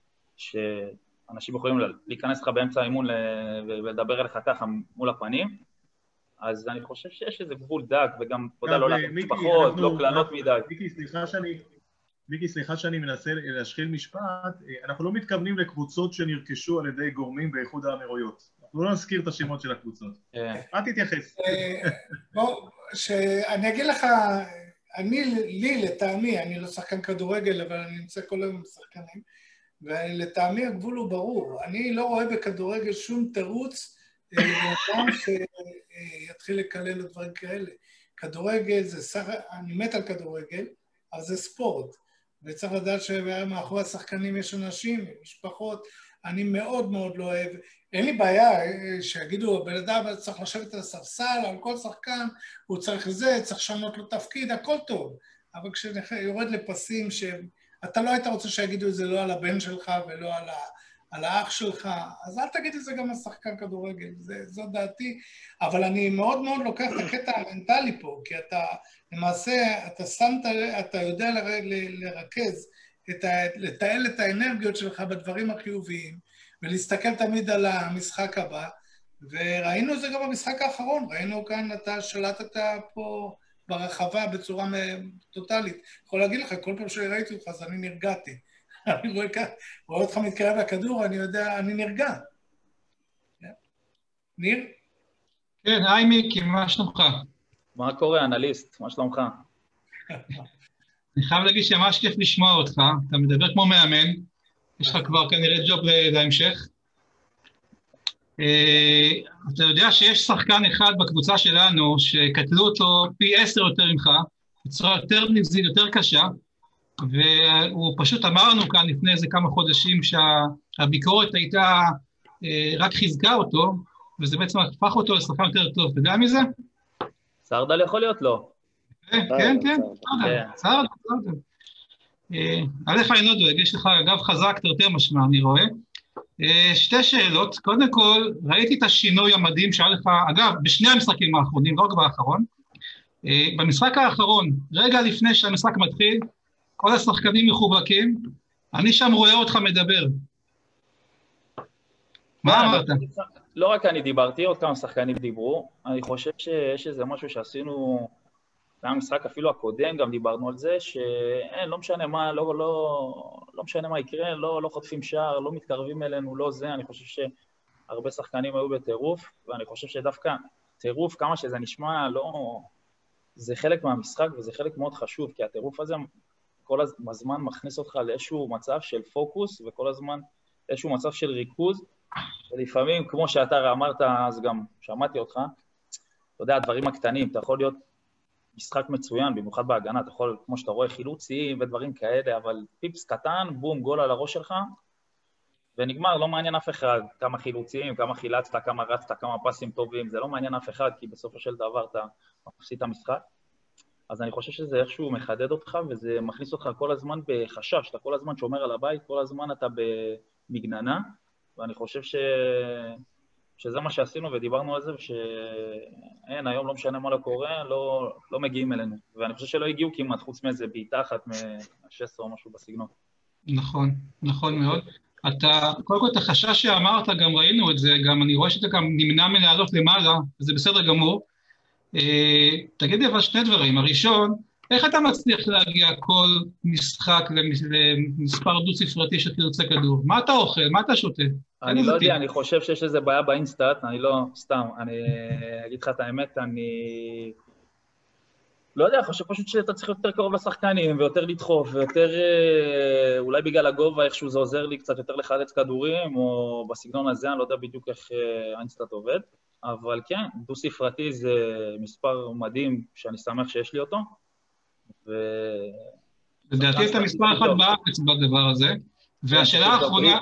שאנשים יכולים להיכנס לך באמצע האימון ולדבר אליך ככה מול הפנים, אז אני חושב שיש איזה גבול דק, וגם, אתה יודע, לא למשפחות, לא קלנות מדי. מיקי, סליחה שאני... מיקי, סליחה שאני מנסה להשחיל משפט, אנחנו לא מתכוונים לקבוצות שנרכשו על ידי גורמים באיחוד האמירויות. אנחנו לא נזכיר את השמות של הקבוצות. אל תתייחס. בוא, שאני אגיד לך, אני, לי, לטעמי, אני לא שחקן כדורגל, אבל אני נמצא כל היום עם שחקנים, ולטעמי הגבול הוא ברור. אני לא רואה בכדורגל שום תירוץ לאדם שיתחיל לקלל את דברים כאלה. כדורגל זה סך, אני מת על כדורגל, אבל זה ספורט. וצריך לדעת שמאחורי השחקנים יש אנשים, משפחות, אני מאוד מאוד לא אוהב, אין לי בעיה שיגידו, בן אדם צריך לשבת על הספסל, על כל שחקן, הוא צריך זה, צריך לשנות לו תפקיד, הכל טוב, אבל כשיורד לפסים שאתה לא היית רוצה שיגידו את זה לא על הבן שלך ולא על, ה, על האח שלך, אז אל תגיד את זה גם על שחקן כדורגל, זה, זו דעתי, אבל אני מאוד מאוד לוקח את הקטע המנטלי פה, כי אתה למעשה, אתה שמת, אתה יודע ל, ל, לרכז, את ה, לתעל את האנרגיות שלך בדברים החיוביים, ולהסתכל תמיד על המשחק הבא, וראינו זה גם במשחק האחרון, ראינו כאן, אתה שלטת פה ברחבה בצורה טוטלית. יכול להגיד לך, כל פעם שראיתי אותך, אז אני נרגעתי. אני רואה כאן, רואה אותך מתקרב לכדור, אני יודע, אני נרגע. ניר? כן, היי מיקי, מה שלומך? מה קורה, אנליסט? מה שלומך? אני חייב להגיד שממש כיף לשמוע אותך, אתה מדבר כמו מאמן, יש לך כבר כנראה ג'וב להמשך. אתה יודע שיש שחקן אחד בקבוצה שלנו שקטלו אותו פי עשר יותר ממך, בצורה יותר נבזית, יותר קשה, והוא פשוט אמר לנו כאן לפני איזה כמה חודשים שהביקורת הייתה, רק חיזקה אותו, וזה בעצם הפך אותו לשחקן יותר טוב. אתה יודע מזה? סרדל יכול להיות לא. כן, כן, סרדל, סרדל. עליך אני לא דואג, יש לך גב חזק, תרתי משמע, אני רואה. שתי שאלות, קודם כל, ראיתי את השינוי המדהים שהיה לך, אגב, בשני המשחקים האחרונים, לא רק באחרון, במשחק האחרון, רגע לפני שהמשחק מתחיל, כל השחקנים מחובקים, אני שם רואה אותך מדבר. מה אמרת? לא רק אני דיברתי, עוד כמה שחקנים דיברו, אני חושב שיש איזה משהו שעשינו, במשחק אפילו הקודם גם דיברנו על זה, שאין, לא משנה מה, לא, לא, לא משנה מה יקרה, לא, לא חוטפים שער, לא מתקרבים אלינו, לא זה, אני חושב שהרבה שחקנים היו בטירוף, ואני חושב שדווקא טירוף, כמה שזה נשמע, לא, זה חלק מהמשחק וזה חלק מאוד חשוב, כי הטירוף הזה כל הזמן מכניס אותך לאיזשהו מצב של פוקוס, וכל הזמן איזשהו מצב של ריכוז, ולפעמים, כמו שאתה אמרת, אז גם שמעתי אותך, אתה יודע, הדברים הקטנים, אתה יכול להיות משחק מצוין, במיוחד בהגנה, אתה יכול, כמו שאתה רואה, חילוצים ודברים כאלה, אבל פיפס קטן, בום, גול על הראש שלך, ונגמר, לא מעניין אף אחד, כמה חילוצים, כמה חילצת, כמה רצת, כמה פסים טובים, זה לא מעניין אף אחד, כי בסופו של דבר אתה מפסיד את המשחק. אז אני חושב שזה איכשהו מחדד אותך, וזה מכניס אותך כל הזמן בחשש, אתה כל הזמן שומר על הבית, כל הזמן אתה במגננה, ואני חושב ש... שזה מה שעשינו ודיברנו על זה, ושאין, היום לא משנה מה לא קורה, לא, לא מגיעים אלינו. ואני חושב שלא הגיעו כמעט, חוץ מאיזה בעיטה אחת מה-שש עשרה או משהו בסגנון. נכון, נכון מאוד. אתה, קודם כל את החשש שאמרת, גם ראינו את זה, גם אני רואה שאתה גם נמנע מלעלות למעלה, וזה בסדר גמור. אה, תגיד לי אבל שני דברים. הראשון, איך אתה מצליח להגיע כל משחק למספר דו-ספרתי של חילוצי כדור? מה אתה אוכל? מה אתה שותה? אני לא יודע, אני חושב שיש איזה בעיה באינסטאט, אני לא, סתם, אני אגיד לך את האמת, אני לא יודע, אני חושב פשוט שאתה צריך יותר קרוב לשחקנים, ויותר לדחוף, ויותר, אולי בגלל הגובה, איכשהו זה עוזר לי קצת יותר לחלץ כדורים, או בסגנון הזה, אני לא יודע בדיוק איך האינסטאט עובד, אבל כן, דו-ספרתי זה מספר מדהים, שאני שמח שיש לי אותו, ו... לדעתי את המספר אחד בארץ בדבר הזה, והשאלה האחרונה...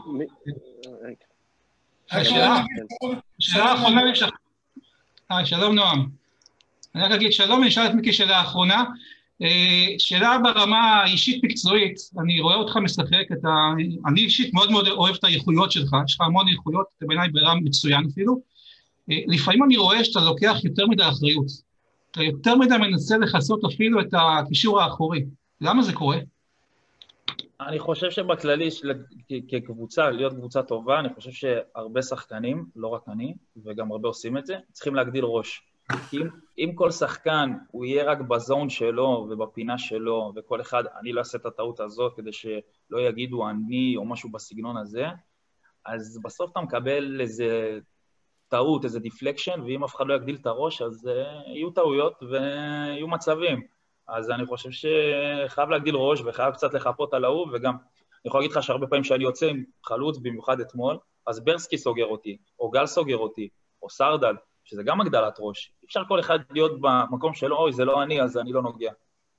השאלה האחרונה... שלום נועם. אני רק אגיד שלום, אני אשאל את מיקי שאלה האחרונה. שאלה ברמה האישית מקצועית, אני רואה אותך משחק את ה... אני אישית מאוד מאוד אוהב את האיכויות שלך, יש לך המון איכויות, אתה בעיניי ברמה מצוין אפילו. לפעמים אני רואה שאתה לוקח יותר מדי אחריות. אתה יותר מדי מנסה לחסות אפילו את הקישור האחורי. למה זה קורה? אני חושב שבכללי, כקבוצה, להיות קבוצה טובה, אני חושב שהרבה שחקנים, לא רק אני, וגם הרבה עושים את זה, צריכים להגדיל ראש. אם, אם כל שחקן הוא יהיה רק בזון שלו ובפינה שלו, וכל אחד, אני לא אעשה את הטעות הזאת כדי שלא יגידו אני או משהו בסגנון הזה, אז בסוף אתה מקבל איזה טעות, איזה דיפלקשן, ואם אף אחד לא יגדיל את הראש, אז uh, יהיו טעויות ויהיו מצבים. אז אני חושב שחייב להגדיל ראש וחייב קצת לחפות על ההוא, וגם אני יכול להגיד לך שהרבה פעמים שאני יוצא עם חלוץ, במיוחד אתמול, אז ברסקי סוגר אותי, או גל סוגר אותי, או סרדל, שזה גם הגדלת ראש. אפשר כל אחד להיות במקום שלו, אוי, זה לא אני, אז אני לא נוגע.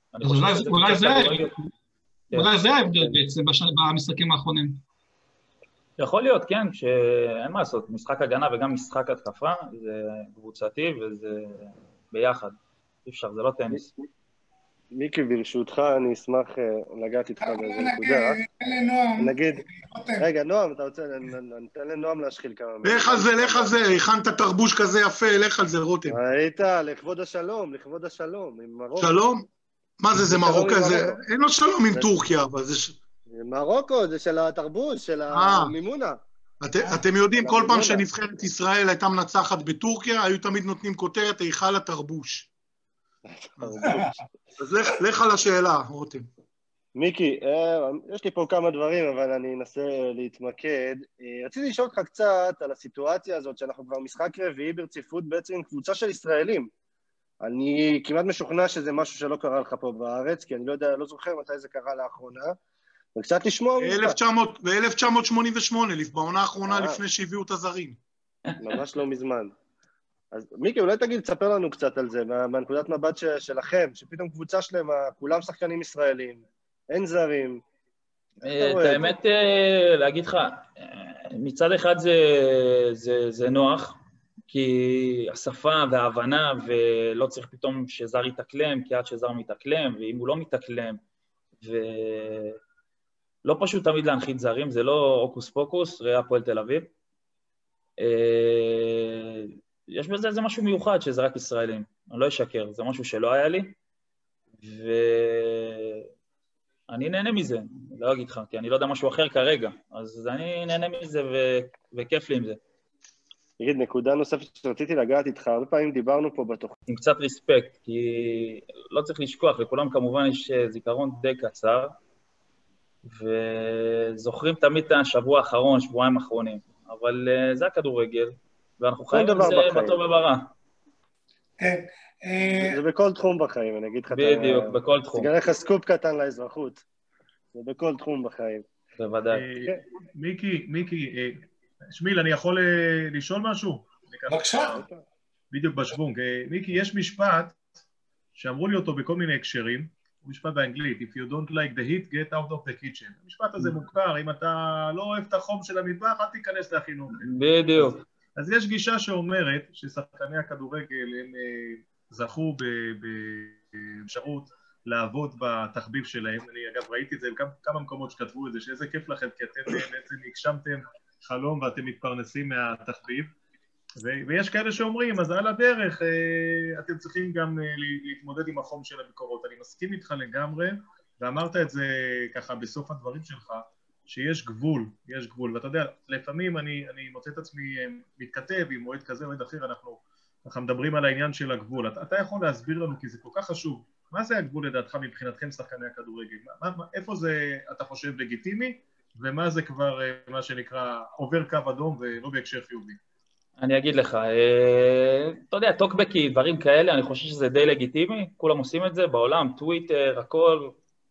אולי זה ההבדל בעצם במשחקים האחרונים. יכול להיות, כן, שאין מה לעשות, משחק הגנה וגם משחק התקפה, זה קבוצתי וזה ביחד. אי אפשר, זה לא טניס. מיקי, ברשותך, אני אשמח לגעת איתך באיזה נקודה. נגיד, רגע, נועם, אתה רוצה, ניתן לנועם להשחיל כמה מילים. לך על זה, לך על זה, הכנת תרבוש כזה יפה, לך על זה, רותם. היית, לכבוד השלום, לכבוד השלום, עם מרוקו. שלום? מה זה, זה מרוקו? אין לו שלום עם טורקיה, אבל זה... מרוקו, זה של התרבוש, של המימונה. אתם יודעים, כל פעם שנבחרת ישראל הייתה מנצחת בטורקיה, היו תמיד נותנים כותרת, היכל התרבוש. אז לך על השאלה, רותם. מיקי, יש לי פה כמה דברים, אבל אני אנסה להתמקד. רציתי לשאול אותך קצת על הסיטואציה הזאת, שאנחנו כבר משחק רביעי ברציפות בעצם עם קבוצה של ישראלים. אני כמעט משוכנע שזה משהו שלא קרה לך פה בארץ, כי אני לא יודע, לא זוכר מתי זה קרה לאחרונה. וקצת לשמוע ממך. ב-אלף תשע מאות שמונים ושמונה, בעונה האחרונה לפני שהביאו את הזרים. ממש לא מזמן. אז מיקי, אולי תגיד, תספר לנו קצת על זה, מהנקודת מבט שלכם, שפתאום קבוצה שלמה, כולם שחקנים ישראלים, אין זרים. את האמת, להגיד לך, מצד אחד זה נוח, כי השפה וההבנה, ולא צריך פתאום שזר יתאקלם, כי עד שזר מתאקלם, ואם הוא לא מתאקלם, ולא פשוט תמיד להנחית זרים, זה לא אוקוס פוקוס, ראה הפועל תל אביב. יש בזה איזה משהו מיוחד שזה רק ישראלים, אני לא אשקר, זה משהו שלא היה לי, ואני נהנה מזה, לא אגיד לך, כי אני לא יודע משהו אחר כרגע, אז אני נהנה מזה ו... וכיף לי עם זה. תגיד, נקודה נוספת שרציתי לגעת איתך, הרבה פעמים דיברנו פה בתוכנית. עם קצת ריספקט, כי לא צריך לשכוח, לכולם כמובן יש זיכרון די קצר, וזוכרים תמיד את השבוע האחרון, שבועיים האחרונים, אבל זה הכדורגל, ואנחנו חיים עם זה בטוב וברע. כן. זה בכל תחום בחיים, אני אגיד לך. בדיוק, בכל תחום. תגלה לך סקופ קטן לאזרחות. זה בכל תחום בחיים. בוודאי. מיקי, מיקי, שמיל, אני יכול לשאול משהו? בבקשה. בדיוק בשוונג. מיקי, יש משפט שאמרו לי אותו בכל מיני הקשרים, הוא משפט באנגלית, If you don't like the heat, get out of the kitchen. המשפט הזה מוכר, אם אתה לא אוהב את החום של המטבח, אל תיכנס להכינון. בדיוק. אז, אז יש גישה שאומרת ששחקני הכדורגל הם זכו באפשרות לעבוד בתחביב שלהם. אני אגב ראיתי את זה בכמה מקומות שכתבו את זה, שאיזה כיף לכם, כי אתם בעצם הגשמתם חלום ואתם מתפרנסים מהתחביב. ויש כאלה שאומרים, אז על הדרך אתם צריכים גם להתמודד עם החום של הביקורות. אני מסכים איתך לגמרי, ואמרת את זה ככה בסוף הדברים שלך, שיש גבול, יש גבול. ואתה יודע, לפעמים אני, אני מוצא את עצמי מתכתב עם מועד כזה או מועד אחר, אנחנו, אנחנו מדברים על העניין של הגבול. אתה, אתה יכול להסביר לנו, כי זה כל כך חשוב, מה זה הגבול לדעתך מבחינתכם שחקני הכדורגל? מה, מה, איפה זה, אתה חושב, לגיטימי, ומה זה כבר, מה שנקרא, עובר קו אדום ולא בהקשר חיובי? אני אגיד לך, אתה יודע, טוקבקי, דברים כאלה, אני חושב שזה די לגיטימי, כולם עושים את זה בעולם, טוויטר, הכל,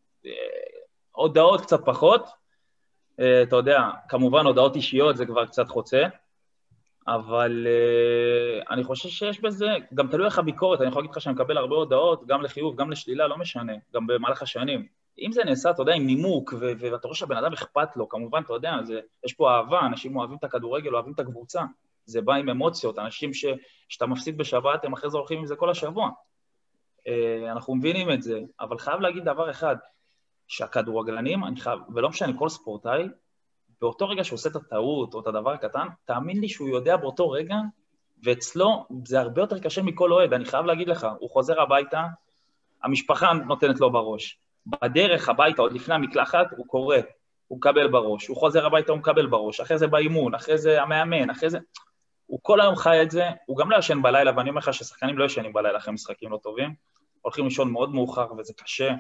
הודעות קצת פחות, אתה יודע, כמובן הודעות אישיות זה כבר קצת חוצה, אבל אני חושב שיש בזה, גם תלוי איך הביקורת, אני יכול להגיד לך שאני מקבל הרבה הודעות, גם לחיוב, גם לשלילה, לא משנה, גם במהלך השנים. אם זה נעשה, אתה יודע, עם נימוק, ואתה רואה שהבן אדם אכפת לו, כמובן, אתה יודע, יש פה אהבה, אנשים אוהבים את הכדורגל, אוהבים את הקבוצה. זה בא עם אמוציות, אנשים ש, שאתה מפסיד בשבת, הם אחרי זה הולכים עם זה כל השבוע. אנחנו מבינים את זה, אבל חייב להגיד דבר אחד, שהכדורגלנים, אני חייב, ולא משנה כל ספורטאי, באותו רגע שהוא עושה את הטעות או את הדבר הקטן, תאמין לי שהוא יודע באותו רגע, ואצלו זה הרבה יותר קשה מכל אוהד, אני חייב להגיד לך, הוא חוזר הביתה, המשפחה נותנת לו בראש, בדרך הביתה, עוד לפני המקלחת, הוא קורא, הוא מקבל בראש, הוא חוזר הביתה, הוא מקבל בראש, אחרי זה באימון, אחרי זה המאמן, אחרי זה... הוא כל היום חי את זה, הוא גם לא ישן בלילה, ואני אומר לך ששחקנים לא ישנים בלילה אחרי משחקים לא טובים, הולכים לישון מאוד מאוחר וזה קשה,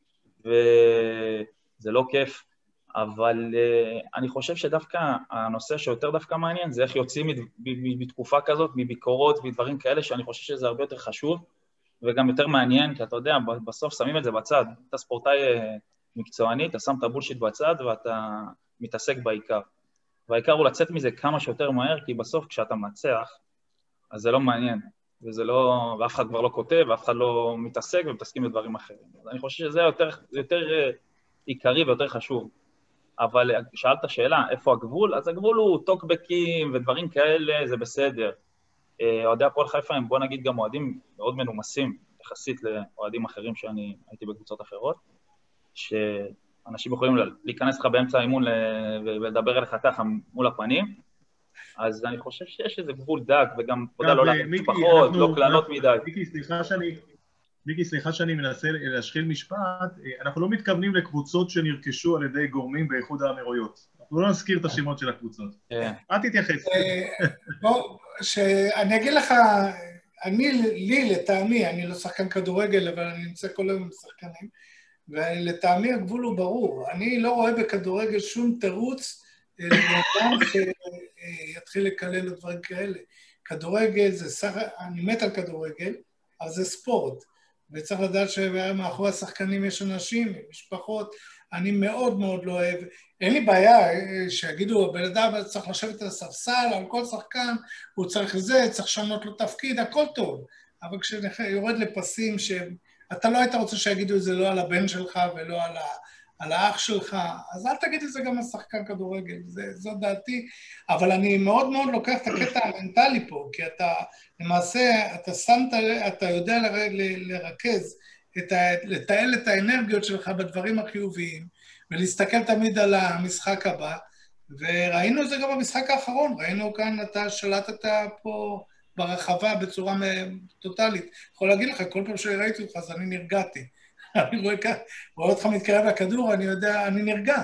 וזה לא כיף, אבל uh, אני חושב שדווקא הנושא שיותר דווקא מעניין, זה איך יוצאים בתקופה כזאת, מביקורות ודברים כאלה, שאני חושב שזה הרבה יותר חשוב, וגם יותר מעניין, כי אתה יודע, בסוף שמים את זה בצד, אתה ספורטאי מקצועני, אתה שם את הבולשיט בצד, ואתה מתעסק בעיקר. והעיקר הוא לצאת מזה כמה שיותר מהר, כי בסוף כשאתה מנצח, אז זה לא מעניין, וזה לא, ואף אחד כבר לא כותב, ואף אחד לא מתעסק ומתעסקים בדברים אחרים. אז אני חושב שזה יותר, יותר עיקרי ויותר חשוב. אבל שאלת שאלה, איפה הגבול? אז הגבול הוא טוקבקים ודברים כאלה, זה בסדר. אוהדי הפועל חיפה הם, בוא נגיד, גם אוהדים מאוד מנומסים, יחסית לאוהדים אחרים שאני הייתי בקבוצות אחרות, ש... אנשים יכולים להיכנס לך באמצע האימון ולדבר אליך ככה מול הפנים, אז אני חושב שיש איזה גבול דק, וגם תודה לא להגיד פחות, לא קלנות מדי. מיקי, סליחה שאני, מיקי, סליחה שאני מנסה להשחיל משפט, אנחנו לא מתכוונים לקבוצות שנרכשו על ידי גורמים באיחוד האמירויות. אנחנו לא נזכיר את השמות של הקבוצות. אל תתייחס. בוא, שאני אגיד לך, אני, לי, לטעמי, אני לא שחקן כדורגל, אבל אני נמצא כל היום עם שחקנים, ולטעמי הגבול הוא ברור. אני לא רואה בכדורגל שום תירוץ לאדם שיתחיל לקלל לדברים כאלה. כדורגל זה סך, אני מת על כדורגל, אבל זה ספורט. וצריך לדעת שמאחורי השחקנים יש אנשים, משפחות. אני מאוד מאוד לא אוהב. אין לי בעיה שיגידו, בן אדם צריך לשבת על הספסל, על כל שחקן, הוא צריך זה, צריך לשנות לו תפקיד, הכל טוב. אבל כשיורד לפסים שהם, אתה לא היית רוצה שיגידו את זה לא על הבן שלך ולא על, ה, על האח שלך, אז אל תגיד את זה גם על שחקן כדורגל, זה, זו דעתי, אבל אני מאוד מאוד לוקח את הקטע המנטלי פה, כי אתה למעשה, אתה שמת, אתה יודע ל, ל, לרכז לתעל את האנרגיות שלך בדברים החיוביים, ולהסתכל תמיד על המשחק הבא, וראינו את זה גם במשחק האחרון, ראינו כאן, אתה שלטת פה ברחבה בצורה טוטלית. יכול להגיד לך, כל פעם שראיתי אותך, אז אני נרגעתי. אני רואה, רואה אותך מתקרב לכדור, אני יודע, אני נרגע.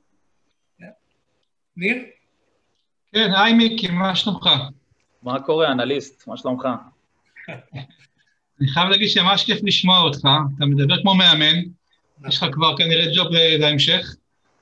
ניר? כן, היי מיקי, מה שלומך? מה קורה, אנליסט? מה שלומך? אני חייב להגיד שממש כיף לשמוע אותך, אתה מדבר כמו מאמן, יש לך כבר כנראה ג'וב להמשך.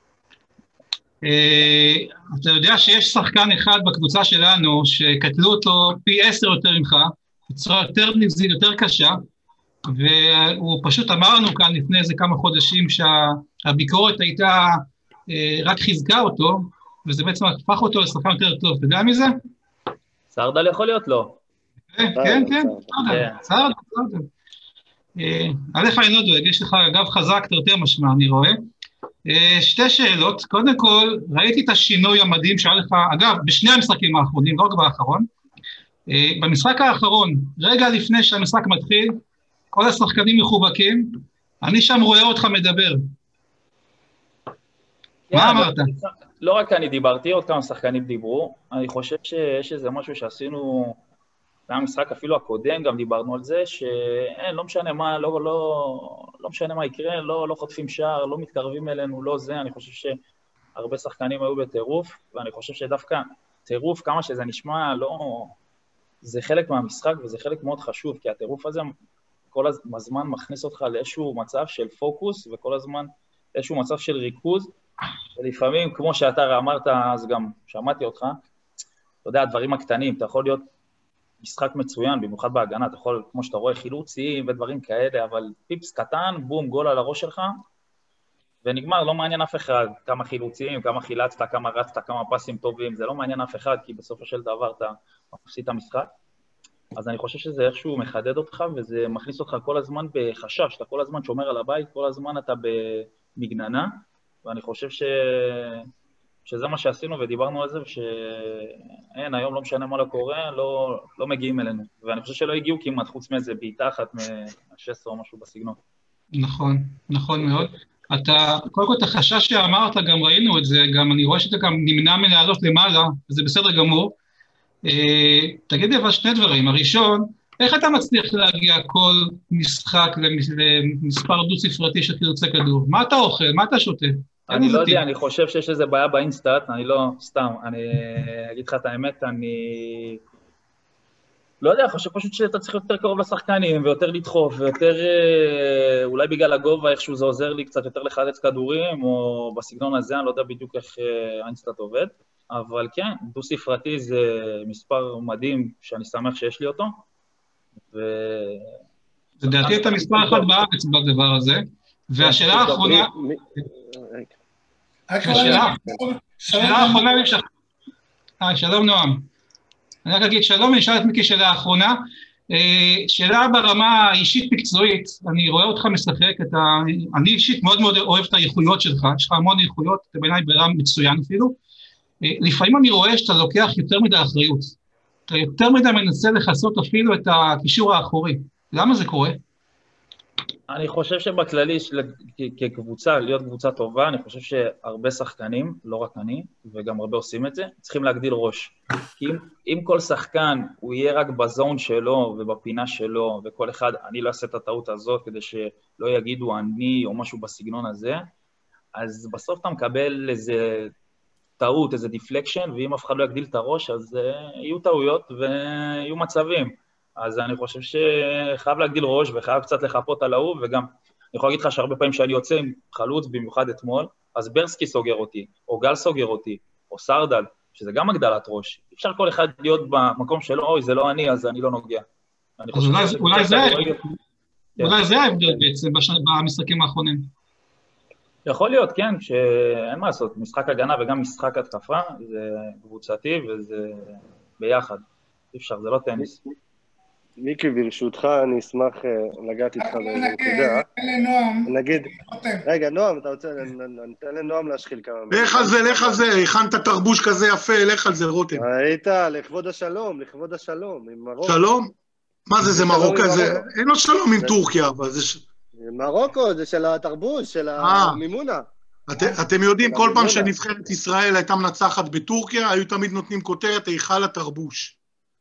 אתה יודע שיש שחקן אחד בקבוצה שלנו שקטלו אותו פי עשר יותר ממך, בצורה יותר נבזית, יותר קשה, והוא פשוט אמרנו כאן לפני איזה כמה חודשים שהביקורת הייתה, רק חיזקה אותו, וזה בעצם הפך אותו לשחקן יותר טוב. אתה יודע מי זה? סרדל יכול להיות לו. כן, כן, סרדל, סרדל, סרדל. עליך אני לא דואג, יש לך גב חזק, תרתי משמע, אני רואה. שתי שאלות, קודם כל, ראיתי את השינוי המדהים שהיה לך, אגב, בשני המשחקים האחרונים, לא רק באחרון. במשחק האחרון, רגע לפני שהמשחק מתחיל, כל השחקנים מחובקים, אני שם רואה אותך מדבר. מה אמרת? לא רק אני דיברתי, עוד כמה שחקנים דיברו, אני חושב שיש איזה משהו שעשינו, במשחק אפילו הקודם גם דיברנו על זה, שאין, לא משנה מה, לא, לא, לא משנה מה יקרה, לא, לא חוטפים שער, לא מתקרבים אלינו, לא זה, אני חושב שהרבה שחקנים היו בטירוף, ואני חושב שדווקא טירוף, כמה שזה נשמע, לא, זה חלק מהמשחק וזה חלק מאוד חשוב, כי הטירוף הזה כל הזמן מכניס אותך לאיזשהו מצב של פוקוס, וכל הזמן איזשהו מצב של ריכוז, ולפעמים, כמו שאתה אמרת, אז גם שמעתי אותך, אתה יודע, הדברים הקטנים, אתה יכול להיות משחק מצוין, במיוחד בהגנה, אתה יכול, כמו שאתה רואה, חילוצים ודברים כאלה, אבל פיפס קטן, בום, גול על הראש שלך, ונגמר, לא מעניין אף אחד, כמה חילוצים, כמה חילצת, כמה רצת, כמה פסים טובים, זה לא מעניין אף אחד, כי בסופו של דבר אתה מפסיד את המשחק. אז אני חושב שזה איכשהו מחדד אותך, וזה מכניס אותך כל הזמן בחשש, אתה כל הזמן שומר על הבית, כל הזמן אתה במגננה, ואני חושב ש... שזה מה שעשינו ודיברנו על זה, ושאין, היום לא משנה מה לא קורה, לא, לא מגיעים אלינו. ואני חושב שלא הגיעו כמעט חוץ מאיזה בעיטה אחת מה-שש עשרה או משהו בסגנון. נכון, נכון מאוד. אתה, קודם כל את החשש שאמרת, גם ראינו את זה, גם אני רואה שאתה גם נמנע מלעלות למעלה, וזה בסדר גמור. אה, תגיד לי אבל שני דברים. הראשון, איך אתה מצליח להגיע כל משחק למספר דו-ספרתי של חילוצי כדור? מה אתה אוכל? מה אתה שותה? אני לא יודע, אני חושב שיש איזה בעיה באינסטאט, אני לא, סתם, אני אגיד לך את האמת, אני לא יודע, חושב פשוט שאתה צריך יותר קרוב לשחקנים, ויותר לדחוף, ויותר, אולי בגלל הגובה, איכשהו זה עוזר לי קצת יותר לחלץ כדורים, או בסגנון הזה, אני לא יודע בדיוק איך האינסטאט עובד, אבל כן, דו-ספרתי זה מספר מדהים, שאני שמח שיש לי אותו, ו... לדעתי אתה מספר אחד בארץ בדבר הזה, והשאלה האחרונה... השאלה האחרונה... שלום נועם. אני רק אגיד שלום, אני אשאל את מיקי שאלה האחרונה. שאלה ברמה האישית מקצועית, אני רואה אותך משחק, אני אישית מאוד מאוד אוהב את האיכויות שלך, יש לך המון איכויות, אתה בעיניי ברמה מצוין אפילו. לפעמים אני רואה שאתה לוקח יותר מדי אחריות. אתה יותר מדי מנסה לחסות אפילו את הקישור האחורי. למה זה קורה? אני חושב שבכללי, כקבוצה, להיות קבוצה טובה, אני חושב שהרבה שחקנים, לא רק אני, וגם הרבה עושים את זה, צריכים להגדיל ראש. כי אם, אם כל שחקן הוא יהיה רק בזון שלו ובפינה שלו, וכל אחד, אני לא אעשה את הטעות הזאת כדי שלא יגידו אני או משהו בסגנון הזה, אז בסוף אתה מקבל איזה טעות, איזה דיפלקשן, ואם אף אחד לא יגדיל את הראש, אז uh, יהיו טעויות ויהיו מצבים. אז אני חושב שחייב להגדיל ראש וחייב קצת לחפות על ההוא, וגם אני יכול להגיד לך שהרבה פעמים שאני יוצא עם חלוץ, במיוחד אתמול, אז ברסקי סוגר אותי, או גל סוגר אותי, או סרדל, שזה גם הגדלת ראש. אפשר כל אחד להיות במקום שלו, אוי, זה לא אני, אז אני לא נוגע. אז אולי זה ההבדל בעצם במשחקים האחרונים. יכול להיות, כן, שאין מה לעשות, משחק הגנה וגם משחק התקפה, זה קבוצתי וזה ביחד. אי אפשר, זה לא טניס. מיקי, ברשותך, אני אשמח לגעת איתך בנקודה. נגיד, רגע, נועם, אתה רוצה, ניתן לנועם להשחיל כמה מילים. לך על זה, לך על זה, הכנת תרבוש כזה יפה, לך על זה, רותם. היית, לכבוד השלום, לכבוד השלום, עם מרוקו. שלום? מה זה, זה מרוקו? אין לו שלום עם טורקיה, אבל זה... מרוקו, זה של התרבוש, של המימונה. אתם יודעים, כל פעם שנבחרת ישראל הייתה מנצחת בטורקיה, היו תמיד נותנים כותרת היכל התרבוש.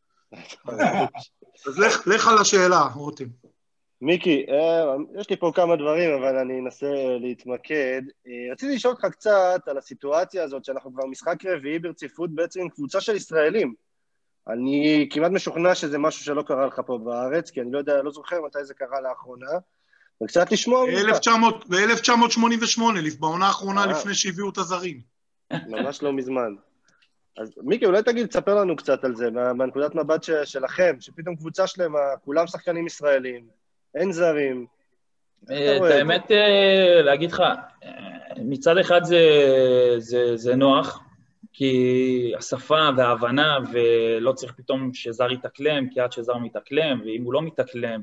אז לך על השאלה, רותם. מיקי, יש לי פה כמה דברים, אבל אני אנסה להתמקד. רציתי לשאול אותך קצת על הסיטואציה הזאת, שאנחנו כבר משחק רביעי ברציפות בעצם עם קבוצה של ישראלים. אני כמעט משוכנע שזה משהו שלא קרה לך פה בארץ, כי אני לא יודע, לא זוכר מתי זה קרה לאחרונה. וקצת לשמוע ממך. ב-אלף תשע מאות שמונים ושמונה, בעונה האחרונה לפני שהביאו את הזרים. ממש לא מזמן. אז מיקי, אולי תגיד, תספר לנו קצת על זה, מהנקודת מבט שלכם, שפתאום קבוצה שלמה, כולם שחקנים ישראלים, אין זרים. את האמת, להגיד לך, מצד אחד זה נוח, כי השפה וההבנה, ולא צריך פתאום שזר יתאקלם, כי עד שזר מתאקלם, ואם הוא לא מתאקלם,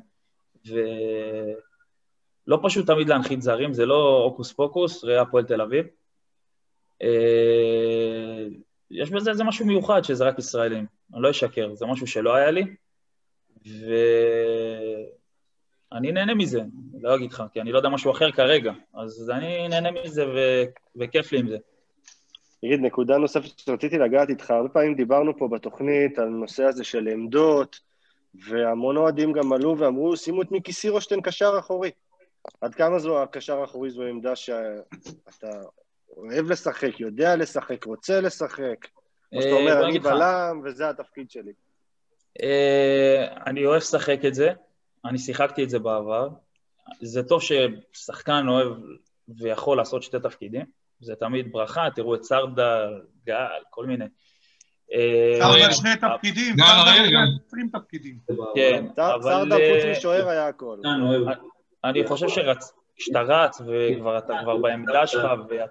ולא פשוט תמיד להנחית זרים, זה לא אוקוס פוקוס, ראה הפועל תל אביב. יש בזה איזה משהו מיוחד שזה רק ישראלים, אני לא אשקר, זה משהו שלא היה לי, ואני נהנה מזה, לא אגיד לך, כי אני לא יודע משהו אחר כרגע, אז אני נהנה מזה ו... וכיף לי עם זה. תגיד, נקודה נוספת שרציתי לגעת איתך, הרבה פעמים דיברנו פה בתוכנית על נושא הזה של עמדות, והמון אוהדים גם עלו ואמרו, שימו את מיקי סירושטיין קשר אחורי. עד כמה זו הקשר האחורי, זו עמדה שאתה אוהב לשחק, יודע לשחק, רוצה לשחק, או שאתה אומר, אני בלם, וזה התפקיד שלי. אני אוהב לשחק את זה, אני שיחקתי את זה בעבר, זה טוב ששחקן אוהב ויכול לעשות שתי תפקידים, זה תמיד ברכה, תראו את סרדה, גל, כל מיני. סרדה שני תפקידים, סרדה עשרים תפקידים. כן, אבל... סרדה חוץ משוער היה הכל. אני חושב שכשאתה רץ ואתה כבר בעמדה שלך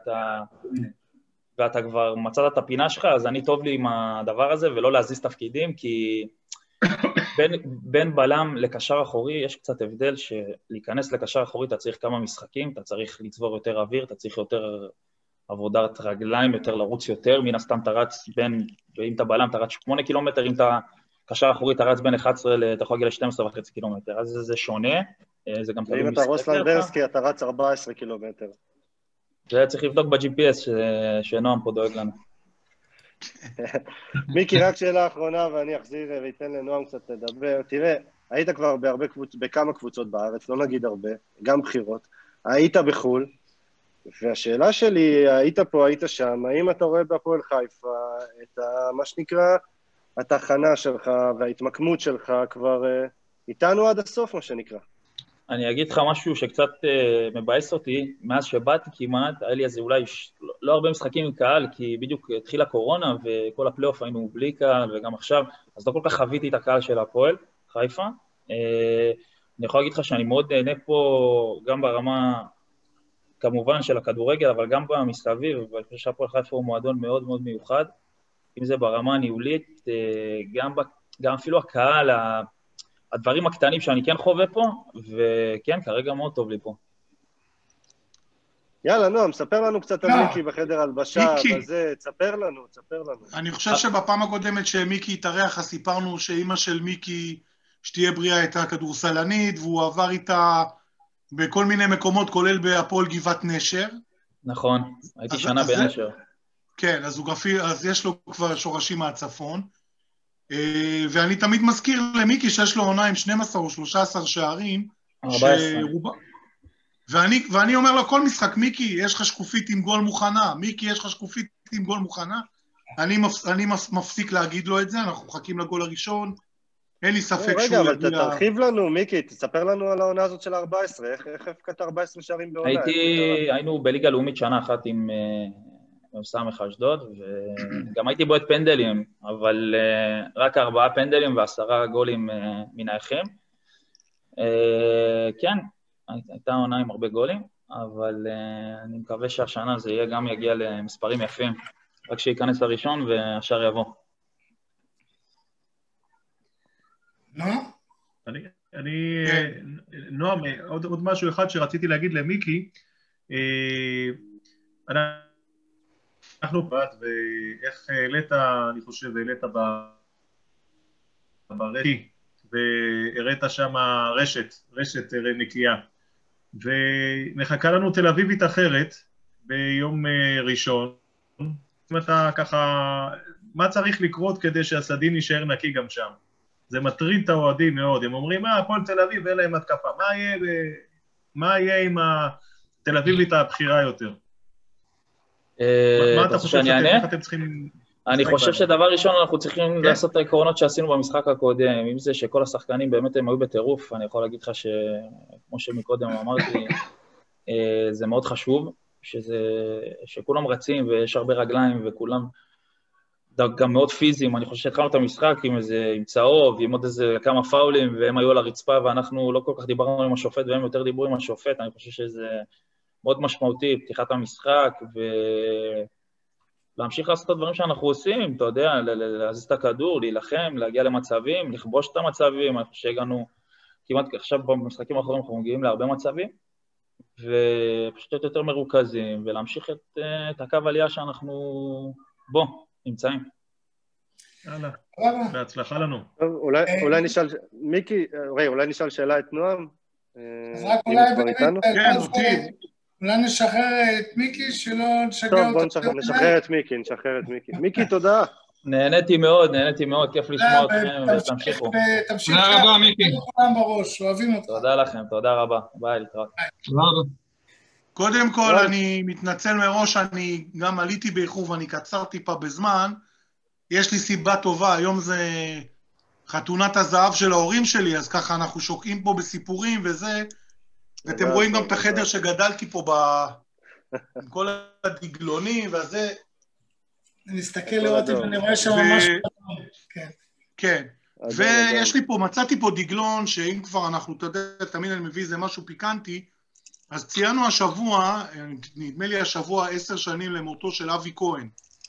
ואתה כבר מצאת את הפינה שלך, אז אני טוב לי עם הדבר הזה ולא להזיז תפקידים, כי בין בלם לקשר אחורי יש קצת הבדל שלהיכנס לקשר אחורי אתה צריך כמה משחקים, אתה צריך לצבור יותר אוויר, אתה צריך יותר עבודת רגליים, יותר לרוץ יותר, מן הסתם אתה רץ בין, ואם אתה בלם אתה רץ שמונה קילומטר, אם אתה קשר אחורי אתה רץ בין אחת עשרה, אתה יכול להגיע ל-שתים עשרה וחצי קילומטר, אז זה שונה, זה גם תלוי משחק. אם אתה רוסלנדרסקי אתה רץ ארבע עשרה קילומטר. זה צריך לבדוק ב-ג'י פי אס שנועם פה דואג לנו. מיקי, רק שאלה האחרונה, ואני אחזיר ואתן לנועם קצת לדבר. תראה, היית כבר בהרבה קבוצ... בכמה קבוצות בארץ, לא נגיד הרבה, גם בחירות. היית בחול, והשאלה שלי, היית פה, היית שם, האם אתה רואה בהפועל חיפה את ה... מה שנקרא, התחנה שלך וההתמקמות שלך כבר איתנו עד הסוף, מה שנקרא? אני אגיד לך משהו שקצת uh, מבאס אותי, מאז שבאתי כמעט, היה לי איזה אולי ש... לא הרבה משחקים עם קהל, כי בדיוק התחילה קורונה וכל הפלייאוף היינו בלי קהל וגם עכשיו, אז לא כל כך חוויתי את הקהל של הפועל, חיפה. Uh, אני יכול להגיד לך שאני מאוד נהנה פה גם ברמה, כמובן של הכדורגל, אבל גם במסביב, ואני חושב שהפועל חיפה הוא מועדון מאוד מאוד מיוחד, אם זה ברמה הניהולית, uh, גם, ב... גם אפילו הקהל, ה... הדברים הקטנים שאני כן חווה פה, וכן, כרגע מאוד טוב לי פה. יאללה, נועם, ספר לנו קצת על מיקי בחדר הלבשה, וזה, תספר לנו, תספר לנו. אני חושב שבפעם הקודמת שמיקי התארח, אז סיפרנו שאימא של מיקי, שתהיה בריאה, הייתה כדורסלנית, והוא עבר איתה בכל מיני מקומות, כולל בהפועל גבעת נשר. נכון, הייתי שנה בנשר. כן, אז יש לו כבר שורשים מהצפון. ואני תמיד מזכיר למיקי שיש לו עונה עם שנים עשר או שלושה עשר שערים. ארבע עשרה. ואני, ואני אומר לו, כל משחק, מיקי, יש לך שקופית עם גול מוכנה, מיקי, יש לך שקופית עם גול מוכנה. אני, מפ, אני מפסיק להגיד לו את זה, אנחנו מחכים לגול הראשון, אין לי ספק שהוא... רגע, אבל תרחיב לנו, מיקי, תספר לנו על העונה הזאת של ארבע עשרה, איך הפקעת ארבע עשרה שערים בעונה? הייתי, היינו בליגה לאומית שנה אחת עם... סמך אשדוד, וגם הייתי בועט פנדלים, אבל uh, רק ארבעה פנדלים ועשרה גולים uh, מן האחים. Uh, כן, הייתה עונה עם הרבה גולים, אבל uh, אני מקווה שהשנה זה יהיה גם יגיע למספרים יפים, רק שייכנס לראשון והשאר יבוא. אני, אני נועם, עוד, עוד משהו אחד שרציתי להגיד למיקי, אני... אנחנו פרט, ואיך העלית, אני חושב, העלית ברשת, והראית שם רשת, רשת נקייה. ומחכה לנו תל אביבית אחרת ביום ראשון. אם אתה ככה, מה צריך לקרות כדי שהסדין יישאר נקי גם שם? זה מטריד את האוהדים מאוד, הם אומרים, מה, הפועל תל אביב, אין להם התקפה, מה יהיה, מה יהיה עם התל אביבית הבחירה יותר? מה אתה חושב שאתם צריכים... אני חושב שדבר ראשון אנחנו צריכים לעשות את העקרונות שעשינו במשחק הקודם, עם זה שכל השחקנים באמת הם היו בטירוף, אני יכול להגיד לך שכמו שמקודם אמרתי, זה מאוד חשוב, שכולם רצים ויש הרבה רגליים וכולם גם מאוד פיזיים, אני חושב שהתחלנו את המשחק עם איזה, עם צהוב, עם עוד איזה כמה פאולים, והם היו על הרצפה ואנחנו לא כל כך דיברנו עם השופט והם יותר דיברו עם השופט, אני חושב שזה מאוד משמעותי, פתיחת המשחק ו... להמשיך לעשות את הדברים שאנחנו עושים, אתה יודע, להזיז את הכדור, להילחם, להגיע למצבים, לכבוש את המצבים, אני חושב שהגענו, כמעט עכשיו במשחקים האחרונים אנחנו מגיעים להרבה מצבים, ופשוט להיות יותר מרוכזים, ולהמשיך את, את הקו עלייה שאנחנו בו, נמצאים. יאללה, בהצלחה לנו. טוב, אולי, אולי נשאל, מיקי, ראי, אולי נשאל שאלה את נועם? אז רק אולי באמת, כן, אותי. אולי נשחרר את מיקי, שלא נשגע אותו. טוב, בואו נשחרר את מיקי, נשחרר את מיקי. מיקי, תודה. נהניתי מאוד, נהניתי מאוד, כיף לשמוע אתכם ותמשיכו. תמשיך. תודה רבה, מיקי. כולם בראש, אוהבים אותך. תודה לכם, תודה רבה. ביי, להתראות. תודה רבה. קודם כל, אני מתנצל מראש, אני גם עליתי באיחור ואני קצר טיפה בזמן. יש לי סיבה טובה, היום זה חתונת הזהב של ההורים שלי, אז ככה אנחנו שוקעים פה בסיפורים וזה, ואתם רואים גם את החדר שגדלתי פה עם כל הדגלונים וזה. אני מסתכל לראות אם אני רואה שם ממש... כן. כן. ויש לי פה, מצאתי פה דגלון, שאם כבר אנחנו, אתה יודע, תמיד אני מביא איזה משהו פיקנטי, אז ציינו השבוע, נדמה לי השבוע עשר שנים למותו של אבי כהן.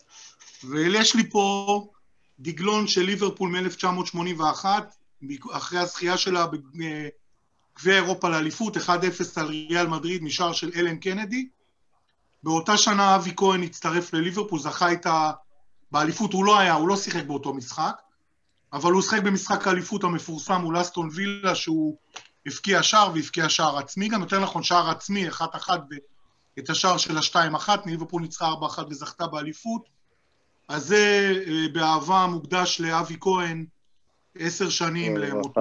ויש לי פה דגלון של ליברפול מ-אלף תשע מאות שמונים ואחת, אחרי הזכייה שלה בגביע אירופה לאליפות, אחד אפס על ריאל מדריד משער של אלן קנדי. באותה שנה אבי כהן הצטרף לליברפול, זכה איתה באליפות, הוא לא היה, הוא לא שיחק באותו משחק, אבל הוא שיחק במשחק האליפות המפורסם מול אסטון וילה, שהוא הפקיע שער והפקיע שער עצמי, גם יותר נכון שער עצמי, אחת אחת, את השער של השתיים אחת, ליברפול ניצחה ארבע אחת וזכתה באליפות. אז זה באהבה מוקדש לאבי כהן, עשר שנים למותו.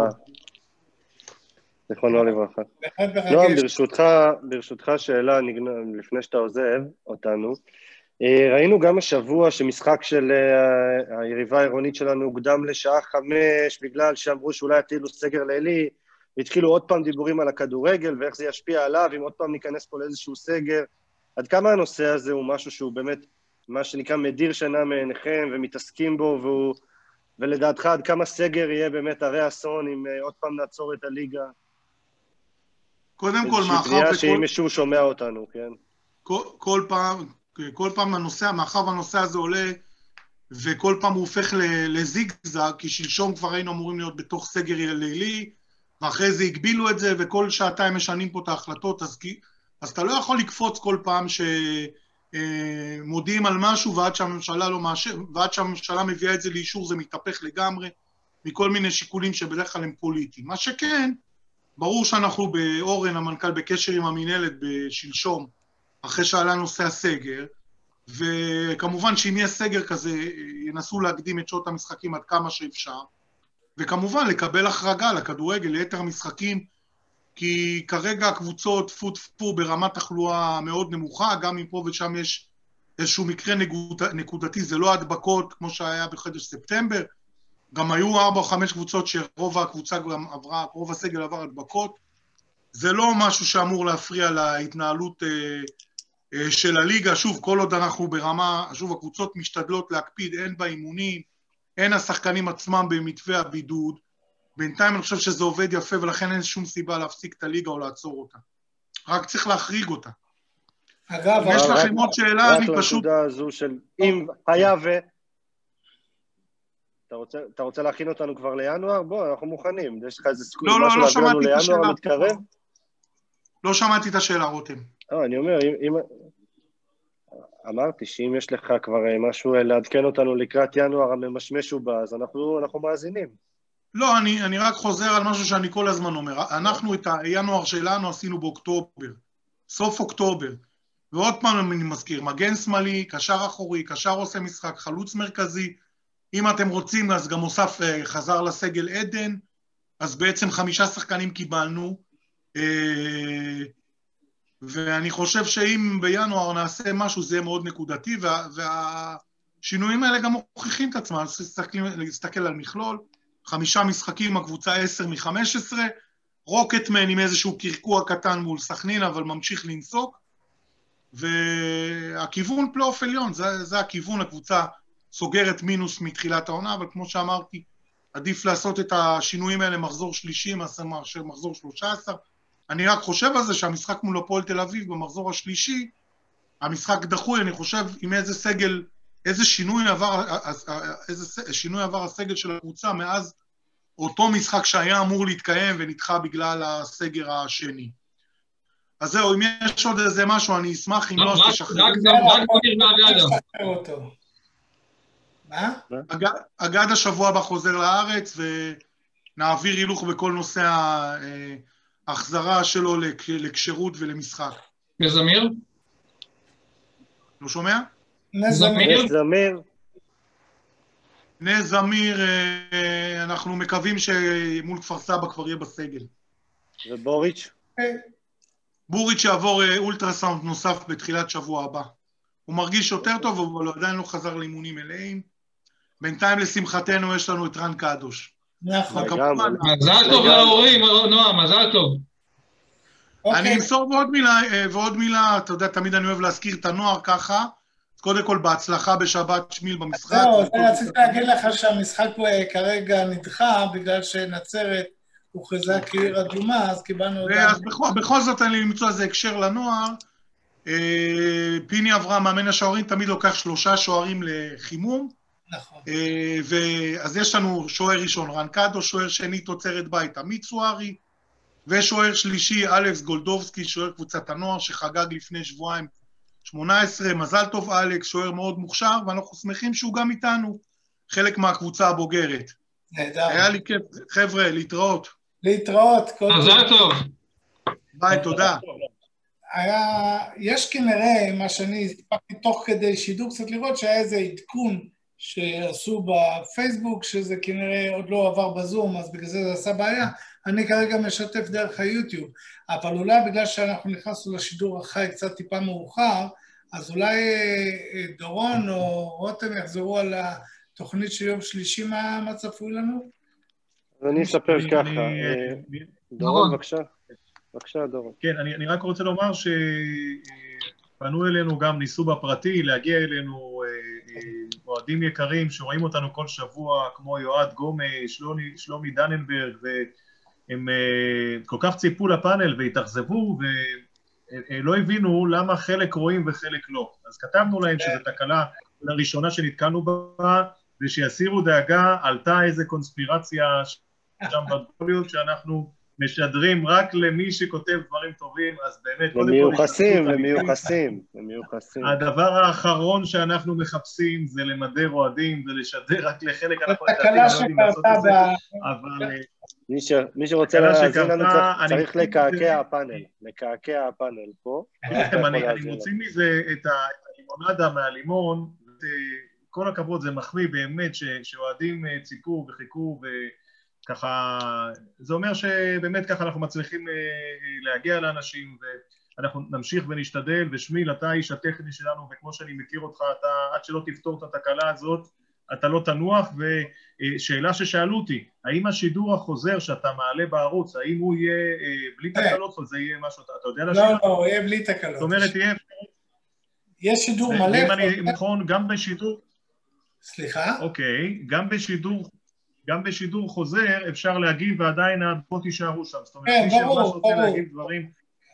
זכרונו לברכה. נועם, ברשותך, ברשותך שאלה לפני שאתה עוזב אותנו. ראינו גם השבוע שמשחק של היריבה העירונית שלנו הוקדם לשעה חמש, בגלל שאמרו שאולי יטילו סגר לילי, והתחילו עוד פעם דיבורים על הכדורגל ואיך זה ישפיע עליו, אם עוד פעם ניכנס פה לאיזשהו סגר. עד כמה הנושא הזה הוא משהו שהוא באמת, מה שנקרא מדיר שינה מעיניכם ומתעסקים בו, והוא, ולדעתך עד כמה סגר יהיה באמת הרי אסון אם עוד פעם נעצור את הליגה? קודם כל, מאחר... איזושהי קריאה שאם מישהו שומע אותנו, כן? כל, כל פעם, כל פעם הנושא, מאחר והנושא הזה עולה, וכל פעם הוא הופך לזיגזג, כי שלשום כבר היינו אמורים להיות בתוך סגר לילי, ואחרי זה הגבילו את זה, וכל שעתיים משנים פה את ההחלטות, אז, אז אתה לא יכול לקפוץ כל פעם שמודיעים על משהו, ועד שהממשלה לא מאשר, ועד שהממשלה מביאה את זה לאישור, זה מתהפך לגמרי, מכל מיני שיקולים שבדרך כלל הם פוליטיים. מה שכן, ברור שאנחנו באורן, המנכ"ל, בקשר עם המנהלת בשלשום, אחרי שעלה נושא הסגר, וכמובן שאם יהיה סגר כזה, ינסו להקדים את שעות המשחקים עד כמה שאפשר, וכמובן לקבל החרגה לכדורגל, ליתר המשחקים, כי כרגע הקבוצות פו טפו ברמת תחלואה מאוד נמוכה, גם אם פה ושם יש איזשהו מקרה נקודתי, זה לא הדבקות כמו שהיה בחודש ספטמבר, גם היו ארבע או חמש קבוצות שרוב הקבוצה גם עברה, רוב הסגל עבר הדבקות, זה לא משהו שאמור להפריע להתנהלות אה, אה, של הליגה, שוב, כל עוד אנחנו ברמה, שוב, הקבוצות משתדלות להקפיד, אין באימונים, אין השחקנים עצמם במתווה הבידוד, בינתיים אני חושב שזה עובד יפה, ולכן אין שום סיבה להפסיק את הליגה או לעצור אותה. רק צריך להחריג אותה. אגב, יש לכם עוד שאלה, אני פשוט... רק לנקודה הזו של אם היה ו... אתה רוצה, אתה רוצה להכין אותנו כבר לינואר? בוא, אנחנו מוכנים. יש לך איזה סיכוי, לא, לא, לא שמעתי את השאלה. המתקרב? לא שמעתי את השאלה, רותם. לא, אני אומר, אם, אם... אמרתי שאם יש לך כבר משהו לעדכן אותנו לקראת ינואר הממשמש ובא, אז אנחנו, אנחנו מאזינים. לא, אני, אני רק חוזר על משהו שאני כל הזמן אומר. אנחנו את הינואר שלנו עשינו באוקטובר, סוף אוקטובר. ועוד פעם אני מזכיר, מגן שמאלי, קשר אחורי, קשר עושה משחק, חלוץ מרכזי. אם אתם רוצים, אז גם הוסף, חזר לסגל עדן, אז בעצם חמישה שחקנים קיבלנו. ואני חושב שאם בינואר נעשה משהו, זה יהיה מאוד נקודתי, וה, והשינויים האלה גם מוכיחים את עצמם. אז להסתכל על מכלול. חמישה משחקים, הקבוצה עשר מחמש עשרה, רוקטמן עם איזשהו קרקוע קטן מול סכנין, אבל ממשיך לנסוק, והכיוון פלייאוף עליון, זה, זה הכיוון, הקבוצה סוגרת מינוס מתחילת העונה, אבל כמו שאמרתי, עדיף לעשות את השינויים האלה מחזור שלישי, מאשר מחזור שלושה עשר. אני רק חושב על זה שהמשחק מול הפועל תל אביב במחזור השלישי, המשחק דחוי, אני חושב עם איזה סגל, איזה שינוי עבר, איזה שינוי עבר הסגל של הקבוצה מאז אותו משחק שהיה אמור להתקיים ונדחה בגלל הסגר השני. אז זהו, אם יש עוד איזה משהו, אני אשמח אם לא תשחרר. רק בגיר ואגדה. מה? אגד השבוע הבא חוזר לארץ, ונעביר הילוך בכל נושא ההחזרה שלו לקשרות ולמשחק. וזמיר? לא שומע? זמיר? זמיר. נס זמיר, אנחנו מקווים שמול כפר סבא כבר יהיה בסגל. ובוריץ'? בוריץ' יעבור אולטרסאונד נוסף בתחילת שבוע הבא. הוא מרגיש יותר טוב, אבל הוא עדיין לא חזר לאימונים מלאים. בינתיים לשמחתנו יש לנו את רן קדוש. נכון. מזל טוב להורים, נועה, מזל טוב. אני אמסור בעוד מילה, ועוד מילה, אתה יודע, תמיד אני אוהב להזכיר את הנוער ככה, קודם כל בהצלחה בשבת שמיל במשחק. זהו, רציתי להגיד לך שהמשחק כרגע נדחה, בגלל שנצרת הוכרזה כעיר אדומה, אז קיבלנו... אז בכל זאת אני למצוא איזה הקשר לנוער, פיני אברהם, מאמן השוערים, תמיד לוקח שלושה שוערים לחימום, נכון. אז יש לנו שוער ראשון רן קדוש, שוער שני תוצרת בית עמית סוארי, ושוער שלישי אלכס גולדובסקי, שוער קבוצת הנוער שחגג לפני שבועיים שמונה עשרה, מזל טוב אלכס, שוער מאוד מוכשר, ואנחנו שמחים שהוא גם איתנו, חלק מהקבוצה הבוגרת. נהדר. היה לי כיף, חבר'ה, להתראות. להתראות. מזל טוב. ביי, תודה. היה, יש כנראה, מה שאני הספקתי תוך כדי שידור קצת לראות, שהיה איזה עדכון שעשו בפייסבוק, שזה כנראה עוד לא עבר בזום, אז בגלל זה זה עשה בעיה. אני כרגע משתף דרך היוטיוב, אבל אולי בגלל שאנחנו נכנסנו לשידור החי קצת טיפה מאוחר, אז אולי דורון או רותם יחזרו על התוכנית של יום שלישי, מה, מה צפוי לנו? אני אספר ככה. דורון, בבקשה. בבקשה, דורון. כן, אני, אני רק רוצה לומר שפנו אלינו גם, ניסו בפרטי, להגיע אלינו מועדים יקרים שרואים אותנו כל שבוע, כמו יועד גומי, שלומי, שלומי דננברג, והם כל כך ציפו לפאנל והתאכזבו, ולא הבינו למה חלק רואים וחלק לא. אז כתבנו להם שזו תקלה לראשונה שנתקלנו בה, ושיסירו דאגה, עלתה איזה קונספירציה שם בדוליות, שאנחנו משדרים רק למי שכותב דברים טובים, אז באמת... למיוחסים, למיוחסים, למיוחסים. הדבר האחרון שאנחנו מחפשים זה למדר אוהדים, ולשדר רק לחלק, אנחנו תקלה שקרתה ב... אבל... מי שרוצה להאזין לנו צריך לקעקע הפאנל, לקעקע הפאנל פה. אני מוציא מזה את הלימונדה מהלימון, כל הכבוד, זה מחמיא באמת שאוהדים ציפו וחיכו ו... ככה, זה אומר שבאמת ככה אנחנו מצליחים להגיע לאנשים, ואנחנו נמשיך ונשתדל, ושמיל, אתה האיש הטכני שלנו, וכמו שאני מכיר אותך, אתה, עד שלא תפתור את התקלה הזאת, אתה לא תנוח, ושאלה ששאלו אותי, האם השידור החוזר שאתה מעלה בערוץ, האם הוא יהיה בלי תקלות, או זה יהיה משהו, אתה יודע לשאול? לא, לא, הוא יהיה בלי תקלות. זאת אומרת, יהיה... יש שידור מלא. אם אני נכון, גם בשידור... סליחה? אוקיי, גם בשידור... גם בשידור חוזר אפשר להגיב ועדיין הדקות יישארו שם. זאת אומרת, מי שממש רוצה להגיב דברים,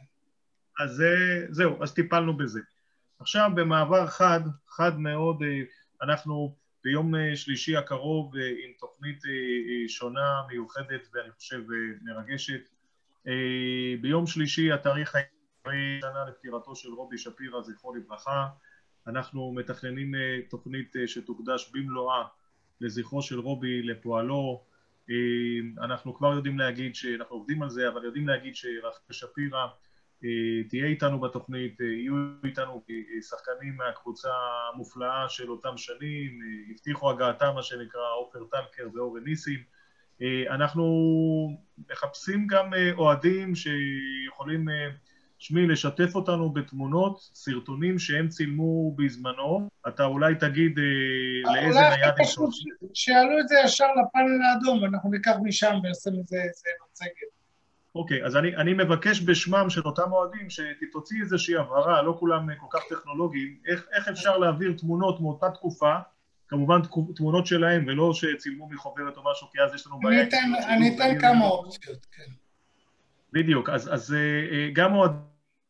אז זהו, אז טיפלנו בזה. עכשיו במעבר חד, חד מאוד, אנחנו ביום שלישי הקרוב עם תוכנית שונה, מיוחדת ואני חושב מרגשת. ביום שלישי התאריך העברי שנה לפטירתו של רובי שפירא, זכרו לברכה. אנחנו מתכננים תוכנית שתוקדש במלואה לזכרו של רובי, לפועלו, אנחנו כבר יודעים להגיד שאנחנו עובדים על זה, אבל יודעים להגיד שרחל שפירא תהיה איתנו בתוכנית, יהיו איתנו שחקנים מהקבוצה המופלאה של אותם שנים, הבטיחו הגעתם מה שנקרא עופר טלקר ואורן ניסים. אנחנו מחפשים גם אוהדים שיכולים, שמי, לשתף אותנו בתמונות, סרטונים שהם צילמו בזמנו. אתה אולי תגיד לאיזה נייד הם שולחים. שיעלו את זה ישר לפאנל האדום, ואנחנו ניקח משם ועושים את זה מצגת. אוקיי, אז אני, אני מבקש בשמם של אותם אוהדים שתוציא איזושהי הבהרה, לא כולם כל כך טכנולוגיים, איך, איך אפשר להעביר תמונות מאותה תקופה, כמובן תמונות שלהם ולא שצילמו מחוברת או משהו, כי אז יש לנו בעיה. אני אתן, אני אתן כמה אופציות, כן. בדיוק, אז, אז גם אוהדים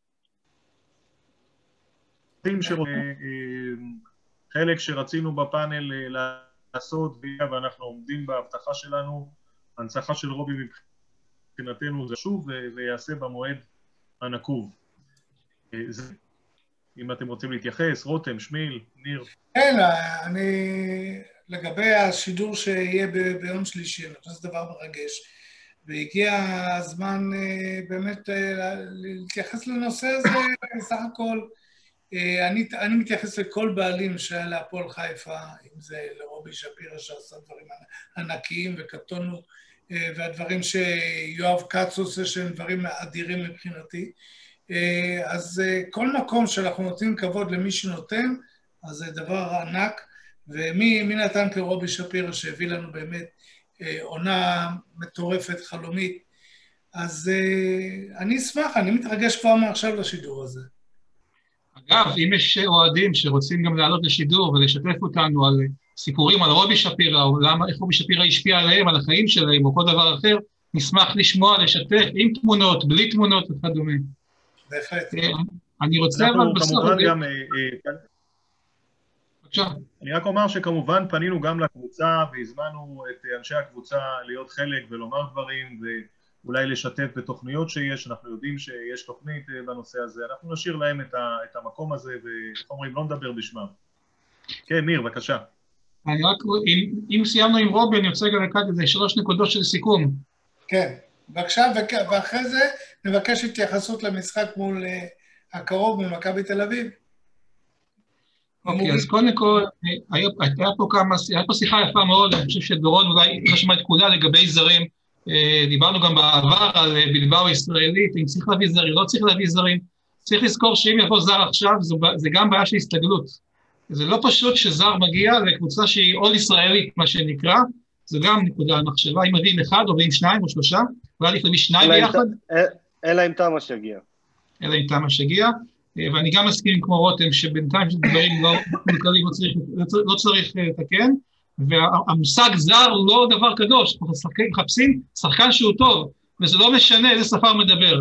חלק שרצינו בפאנל לעשות, ואנחנו עומדים בהבטחה שלנו, הנצחה של רובי מבחינתנו זה שוב, ויעשה במועד הנקוב. זה, אם אתם רוצים להתייחס, רותם, שמיל, ניר. כן, אני, לגבי השידור שיהיה ב, ביום שלישי, אני חושב שזה דבר מרגש, והגיע הזמן באמת להתייחס לנושא הזה, בסך הכל, אני, אני מתייחס לכל בעלים שהיה להפועל חיפה, אם זה לרובי שפירא שעשה דברים ענקיים וקטונו, והדברים שיואב כץ עושה שהם דברים אדירים מבחינתי. אז כל מקום שאנחנו נותנים כבוד למי שנותן, אז זה דבר ענק, ומי מי נתן כרובי שפירא שהביא לנו באמת עונה מטורפת, חלומית. אז אני אשמח, אני מתרגש כבר מעכשיו לשידור הזה. אגב, אם יש אוהדים שרוצים גם לעלות לשידור ולשתף אותנו על סיפורים על רובי שפירא, או למה, איך רובי שפירא השפיע עליהם, על החיים שלהם, או כל דבר אחר, נשמח לשמוע, לשתף, עם תמונות, בלי תמונות וכדומה. בהחלט. אני רוצה אבל בסוף... גם... אני רק אומר שכמובן פנינו גם לקבוצה, והזמנו את אנשי הקבוצה להיות חלק ולומר דברים, ואולי לשתף בתוכניות שיש, אנחנו יודעים שיש תוכנית בנושא הזה, אנחנו נשאיר להם את המקום הזה, ואומרים, לא נדבר בשמם. כן, ניר, בבקשה. אני רק, אם, אם סיימנו עם רובי, אני רוצה גם לקחת איזה שלוש נקודות של סיכום. כן, בבקשה, ואחרי זה נבקש התייחסות למשחק מול הקרוב ממכבי תל אביב. אוקיי, אז קודם כל, הייתה פה כמה, הייתה פה שיחה יפה מאוד, אני חושב שדורון אולי לא שמע את כולה לגבי זרים, דיברנו גם בעבר על בלבאו ישראלית, אם צריך להביא זרים, לא צריך להביא זרים, צריך לזכור שאם יבוא זר עכשיו, זה גם בעיה של הסתגלות. זה לא פשוט שזר מגיע לקבוצה שהיא אול ישראלית, מה שנקרא, זה גם נקודה למחשבה, אם מביאים אחד או מביאים שניים או שלושה, ואולי לפעמים שניים ביחד. אלא אם תמה שגיע. אלא אם תמה שגיע, ואני גם מסכים כמו רותם, שבינתיים שדברים לא מקלים, לא צריך לתקן, והמושג זר הוא לא דבר קדוש, אנחנו מחפשים שחקן שהוא טוב, וזה לא משנה איזה שפה מדבר.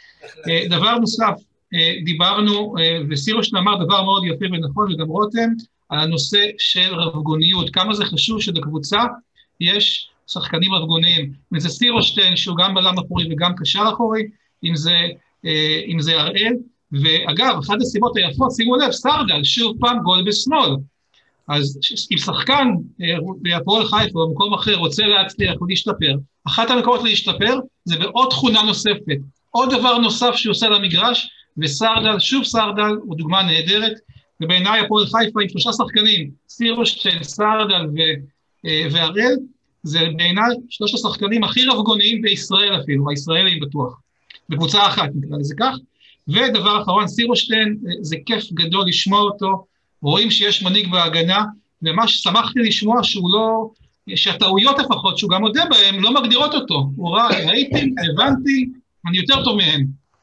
דבר נוסף, דיברנו, וסירושטיין אמר דבר מאוד יפה ונכון, וגם רותם, על הנושא של רבגוניות, כמה זה חשוב שבקבוצה יש שחקנים רבגוניים, אם זה סירושטיין שהוא גם בלם אחורי וגם קשר אחורי, אם זה, אם זה הראל, ואגב, אחת הסיבות היפות, שימו לב, סרדל, שוב פעם גול בשמאל, אז אם שחקן בהפועל חיפה או במקום אחר רוצה להצליח ולהשתפר, אחת המקומות להשתפר זה בעוד תכונה נוספת, עוד דבר נוסף שהוא עושה למגרש, וסרדל, שוב סרדל, הוא דוגמה נהדרת, ובעיניי הפועל חיפה עם שלושה שחקנים, סירושטיין, סרדל והראל, זה בעיניי שלושת השחקנים הכי רבגוניים בישראל אפילו, הישראלים בטוח, בקבוצה אחת נקרא לזה כך, ודבר אחרון, סירושטיין, זה כיף גדול לשמוע אותו, רואים שיש מנהיג בהגנה, ומה ששמחתי לשמוע שהוא לא, שהטעויות לפחות, שהוא גם מודה בהם, לא מגדירות אותו, הוא ראה, ראיתי, הבנתי, אני יותר טוב מהם.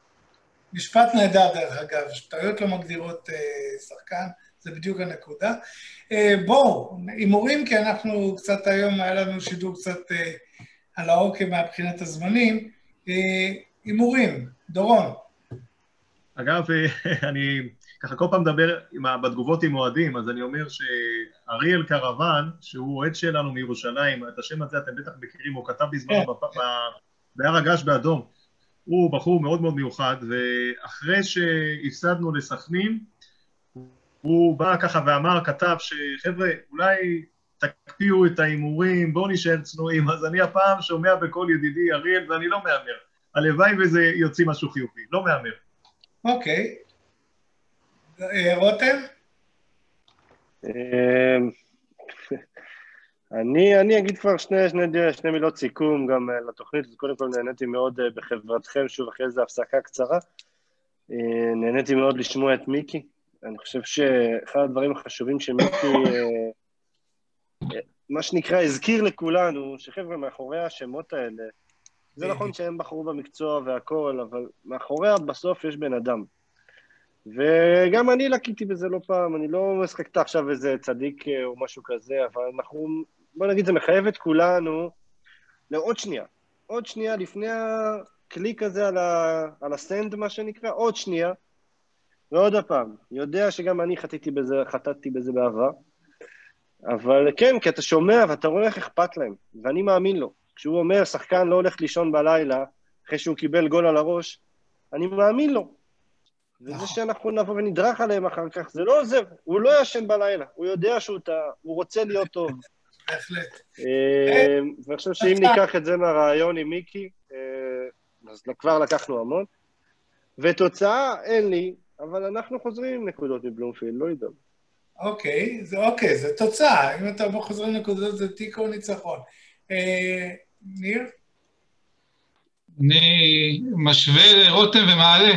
משפט נהדר דרך אגב, שטעויות לא מגדירות אה, שחקן, זה בדיוק הנקודה. אה, בואו, הימורים, כי אנחנו קצת היום, היה לנו שידור קצת אה, על האוקיי מהבחינת הזמנים, הימורים, דורון. אגב, אני ככה כל פעם מדבר בתגובות עם אוהדים, אז אני אומר שאריאל קרוון, שהוא אוהד שלנו מירושלים, את השם הזה אתם בטח מכירים, הוא כתב בזמנו בהר הגעש באדום, הוא בחור מאוד מאוד מיוחד, ואחרי שהפסדנו לסכנין, הוא בא ככה ואמר, כתב שחבר'ה, אולי תקפיאו את האימורים, בואו נשאר צנועים, אז אני הפעם שומע בכל ידידי אריאל, ואני לא מאמר. הלוואי וזה יוציא משהו חיובי, לא מאמר. אוקיי. רותם? אני, אני אגיד כבר שני, שני, שני מילות סיכום גם לתוכנית, אז קודם כל נהניתי מאוד בחברתכם, שוב אחרי איזו הפסקה קצרה, נהניתי מאוד לשמוע את מיקי, אני חושב שאחד הדברים החשובים שמיקי, מה שנקרא, הזכיר לכולנו, שחבר'ה מאחורי השמות האלה, זה נכון שהם בחרו במקצוע והכל, אבל מאחוריה בסוף יש בן אדם. וגם אני לקיתי בזה לא פעם, אני לא משחקת עכשיו איזה צדיק או משהו כזה, אבל אנחנו, בוא נגיד, זה מחייב את כולנו לעוד שנייה. עוד שנייה לפני הקליק הזה על, ה, על הסנד, מה שנקרא, עוד שנייה. ועוד הפעם, יודע שגם אני חטאתי בזה, חטאתי בזה בעבר, אבל כן, כי אתה שומע ואתה רואה איך אכפת להם, ואני מאמין לו. כשהוא אומר, שחקן לא הולך לישון בלילה, אחרי שהוא קיבל גול על הראש, אני מאמין לו. וזה שאנחנו נבוא ונדרך עליהם אחר כך, זה לא עוזר, הוא לא ישן בלילה, הוא יודע שהוא טעה, הוא רוצה להיות טוב. בהחלט. ואני חושב שאם ניקח את זה מהרעיון עם מיקי, אז כבר לקחנו המון, ותוצאה אין לי, אבל אנחנו חוזרים עם נקודות מבלומפילד, לא ידע. אוקיי, זה אוקיי, זה תוצאה, אם אתה חוזרים נקודות זה תיקו ניצחון. ניר? אני משווה לרותם ומעלה.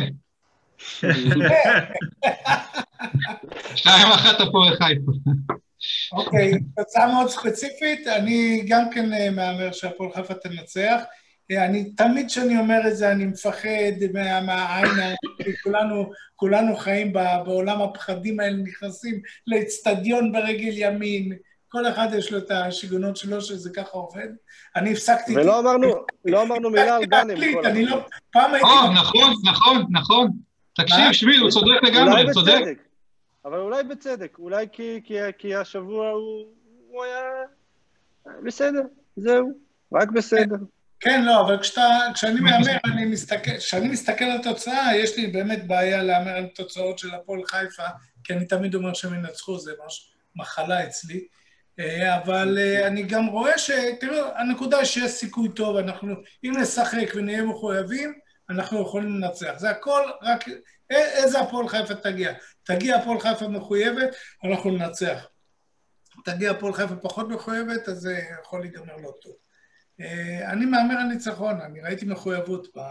שתיים אחת הפועל חיפה. אוקיי, תוצאה מאוד ספציפית, אני גם כן מאמר שהפועל חיפה תנצח, אני תמיד שאני אומר את זה, אני מפחד מהעין, כולנו, כולנו חיים בעולם הפחדים האלה, נכנסים לאצטדיון ברגל ימין, כל אחד יש לו את השיגונות שלו שזה ככה עובד, אני הפסקתי... ולא אמרנו, לא אמרנו מילה על גאנם. אני לא, פעם הייתי... נכון, נכון, נכון. תקשיב, שמי, הוא צודק לגמרי, הוא צודק. אבל אולי בצדק, אולי כי השבוע הוא היה בסדר, זהו, רק בסדר. כן, לא, אבל כשאני מאמר, אני מסתכל, כשאני מסתכל על התוצאה, יש לי באמת בעיה לאמר על תוצאות של הפועל חיפה, כי אני תמיד אומר שהם ינצחו, זה ממש מחלה אצלי, אבל אני גם רואה ש... תראו, הנקודה שיש סיכוי טוב, אנחנו, אם נשחק ונהיה מחויבים, אנחנו יכולים לנצח. זה הכל, רק איזה הפועל חיפה תגיע. תגיע הפועל חיפה מחויבת, אנחנו ננצח. תגיע הפועל חיפה פחות מחויבת, אז זה יכול להיגמר לא טוב. אני מאמר הניצחון, אני ראיתי מחויבות ב...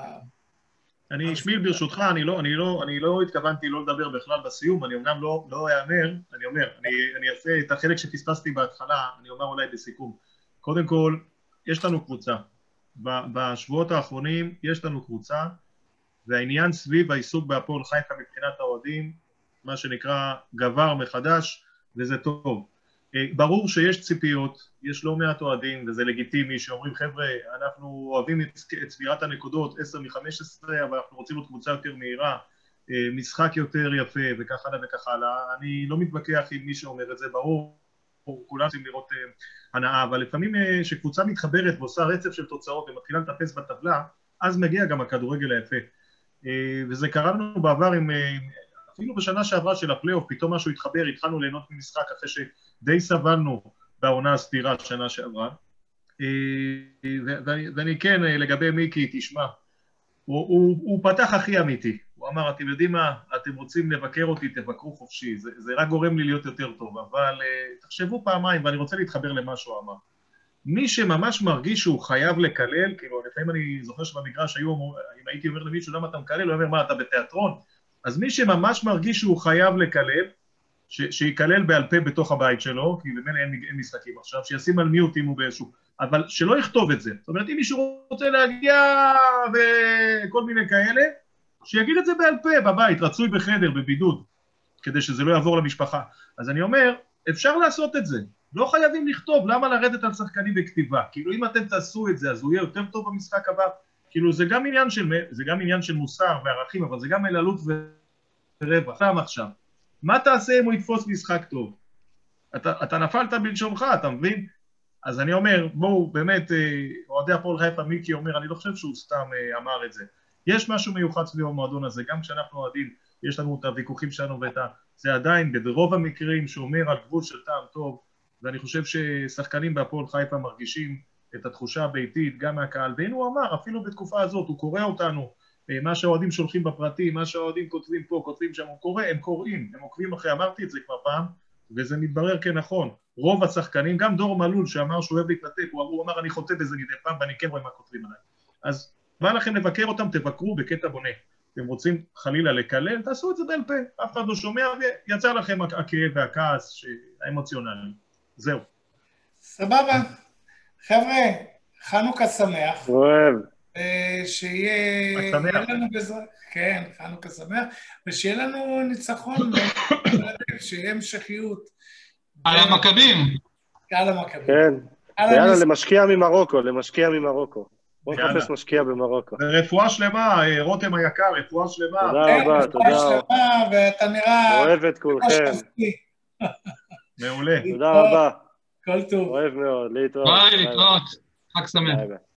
אני אשמיל ברשותך, אני לא, אני לא, אני לא התכוונתי לא לדבר בכלל בסיום, אני אמנם לא, לא אאמר, אני אומר, אני, אני אעשה את החלק שפספסתי בהתחלה, אני אומר אולי בסיכום. קודם כל, יש לנו קבוצה. בשבועות האחרונים יש לנו קבוצה, והעניין סביב העיסוק בהפועל חיפה מבחינת האוהדים, מה שנקרא גבר מחדש, וזה טוב. ברור שיש ציפיות, יש לא מעט אוהדים, וזה לגיטימי, שאומרים, חבר'ה, אנחנו אוהבים את צבירת הנקודות, עשר מחמש עשרה, אבל אנחנו רוצים עוד קבוצה יותר מהירה, משחק יותר יפה, וכך הלאה וכך הלאה. אני לא מתווכח עם מי שאומר את זה, ברור, כולם רוצים לראות הנאה, אבל לפעמים שקבוצה מתחברת ועושה רצף של תוצאות ומתחילה לטפס בטבלה, אז מגיע גם הכדורגל היפה. וזה קרה לנו בעבר עם... אפילו בשנה שעברה של הפלייאוף, פתאום משהו התחבר, התחלנו ליהנות ממשחק אחרי שדי סבלנו בעונה הסתירה שנה שעברה. ואני כן, לגבי מיקי, תשמע, הוא, הוא, הוא פתח הכי אמיתי. הוא אמר, אתם יודעים מה, אתם רוצים לבקר אותי, תבקרו חופשי. זה, זה רק גורם לי להיות יותר טוב, אבל תחשבו פעמיים, ואני רוצה להתחבר למה שהוא אמר. מי שממש מרגיש שהוא חייב לקלל, כאילו, לפעמים אני זוכר שבמגרש היו, אם הייתי אומר למישהו, למה אתה מקלל? הוא אומר, מה, אתה בתיאטרון? אז מי שממש מרגיש שהוא חייב לקלל, שיקלל בעל פה בתוך הבית שלו, כי במילא אין, אין משחקים עכשיו, שישים על מיוט אם הוא באיזשהו, אבל שלא יכתוב את זה. זאת אומרת, אם מישהו רוצה להגיע וכל מיני כאלה, שיגיד את זה בעל פה בבית, רצוי בחדר, בבידוד, כדי שזה לא יעבור למשפחה. אז אני אומר, אפשר לעשות את זה. לא חייבים לכתוב, למה לרדת על שחקנים בכתיבה? כאילו אם אתם תעשו את זה, אז הוא יהיה יותר טוב במשחק הבא. כאילו זה גם עניין של, זה גם עניין של מוסר וערכים, אבל זה גם אלילות ורווח. פעם עכשיו, מה תעשה אם הוא יתפוס משחק טוב? אתה, אתה נפלת בלשונך, אתה מבין? אז אני אומר, בואו, באמת, אוהדי הפועל חיפה, מיקי אומר, אני לא חושב שהוא סתם אמר את זה. יש משהו מיוחד סביב המועדון הזה, גם כשאנחנו אוהדים, יש לנו את הוויכוחים שלנו ואת ה... זה עדיין, ברוב המקרים שאומר על גבול של טעם טוב, ואני חושב ששחקנים בהפועל חיפה מרגישים את התחושה הביתית גם מהקהל, והנה הוא אמר, אפילו בתקופה הזאת, הוא קורא אותנו, מה שהאוהדים שולחים בפרטים, מה שהאוהדים כותבים פה, כותבים שם, הוא קורא, הם קוראים, הם עוקבים אחרי, אמרתי את זה כבר פעם, וזה מתברר כנכון. רוב השחקנים, גם דור מלול שאמר שהוא אוהב להתנתק, הוא, הוא אמר אני חוטא בזה מדי פעם, ואני כן רואה מה כותבים עליי. אז בא לכם לבקר אותם, תבקרו בקטע בונה. אתם רוצים חלילה לקלל, תעשו את זה בעל פה, אף אחד לא שומע, ויצא לכם הכאב והכעס האמוציונלי. זהו. סבבה. חבר'ה, חנוכה שמח. אוהב. שיהיה לנו בעזרת, כן, חנוכה שמח, ושיהיה לנו ניצחון, שיהיה המשכיות. על המכבים. על המכבים. כן. יאללה, למשקיע ממרוקו, למשקיע ממרוקו. בוא נחפש משקיע במרוקו. רפואה שלמה, רותם היקר, רפואה שלמה. תודה רבה, תודה. רפואה שלמה, ואתה נראה... אוהב את כולכם. מעולה. תודה רבה. כל טוב. אוהב מאוד, להתראות. ביי, להתראות. חג שמח.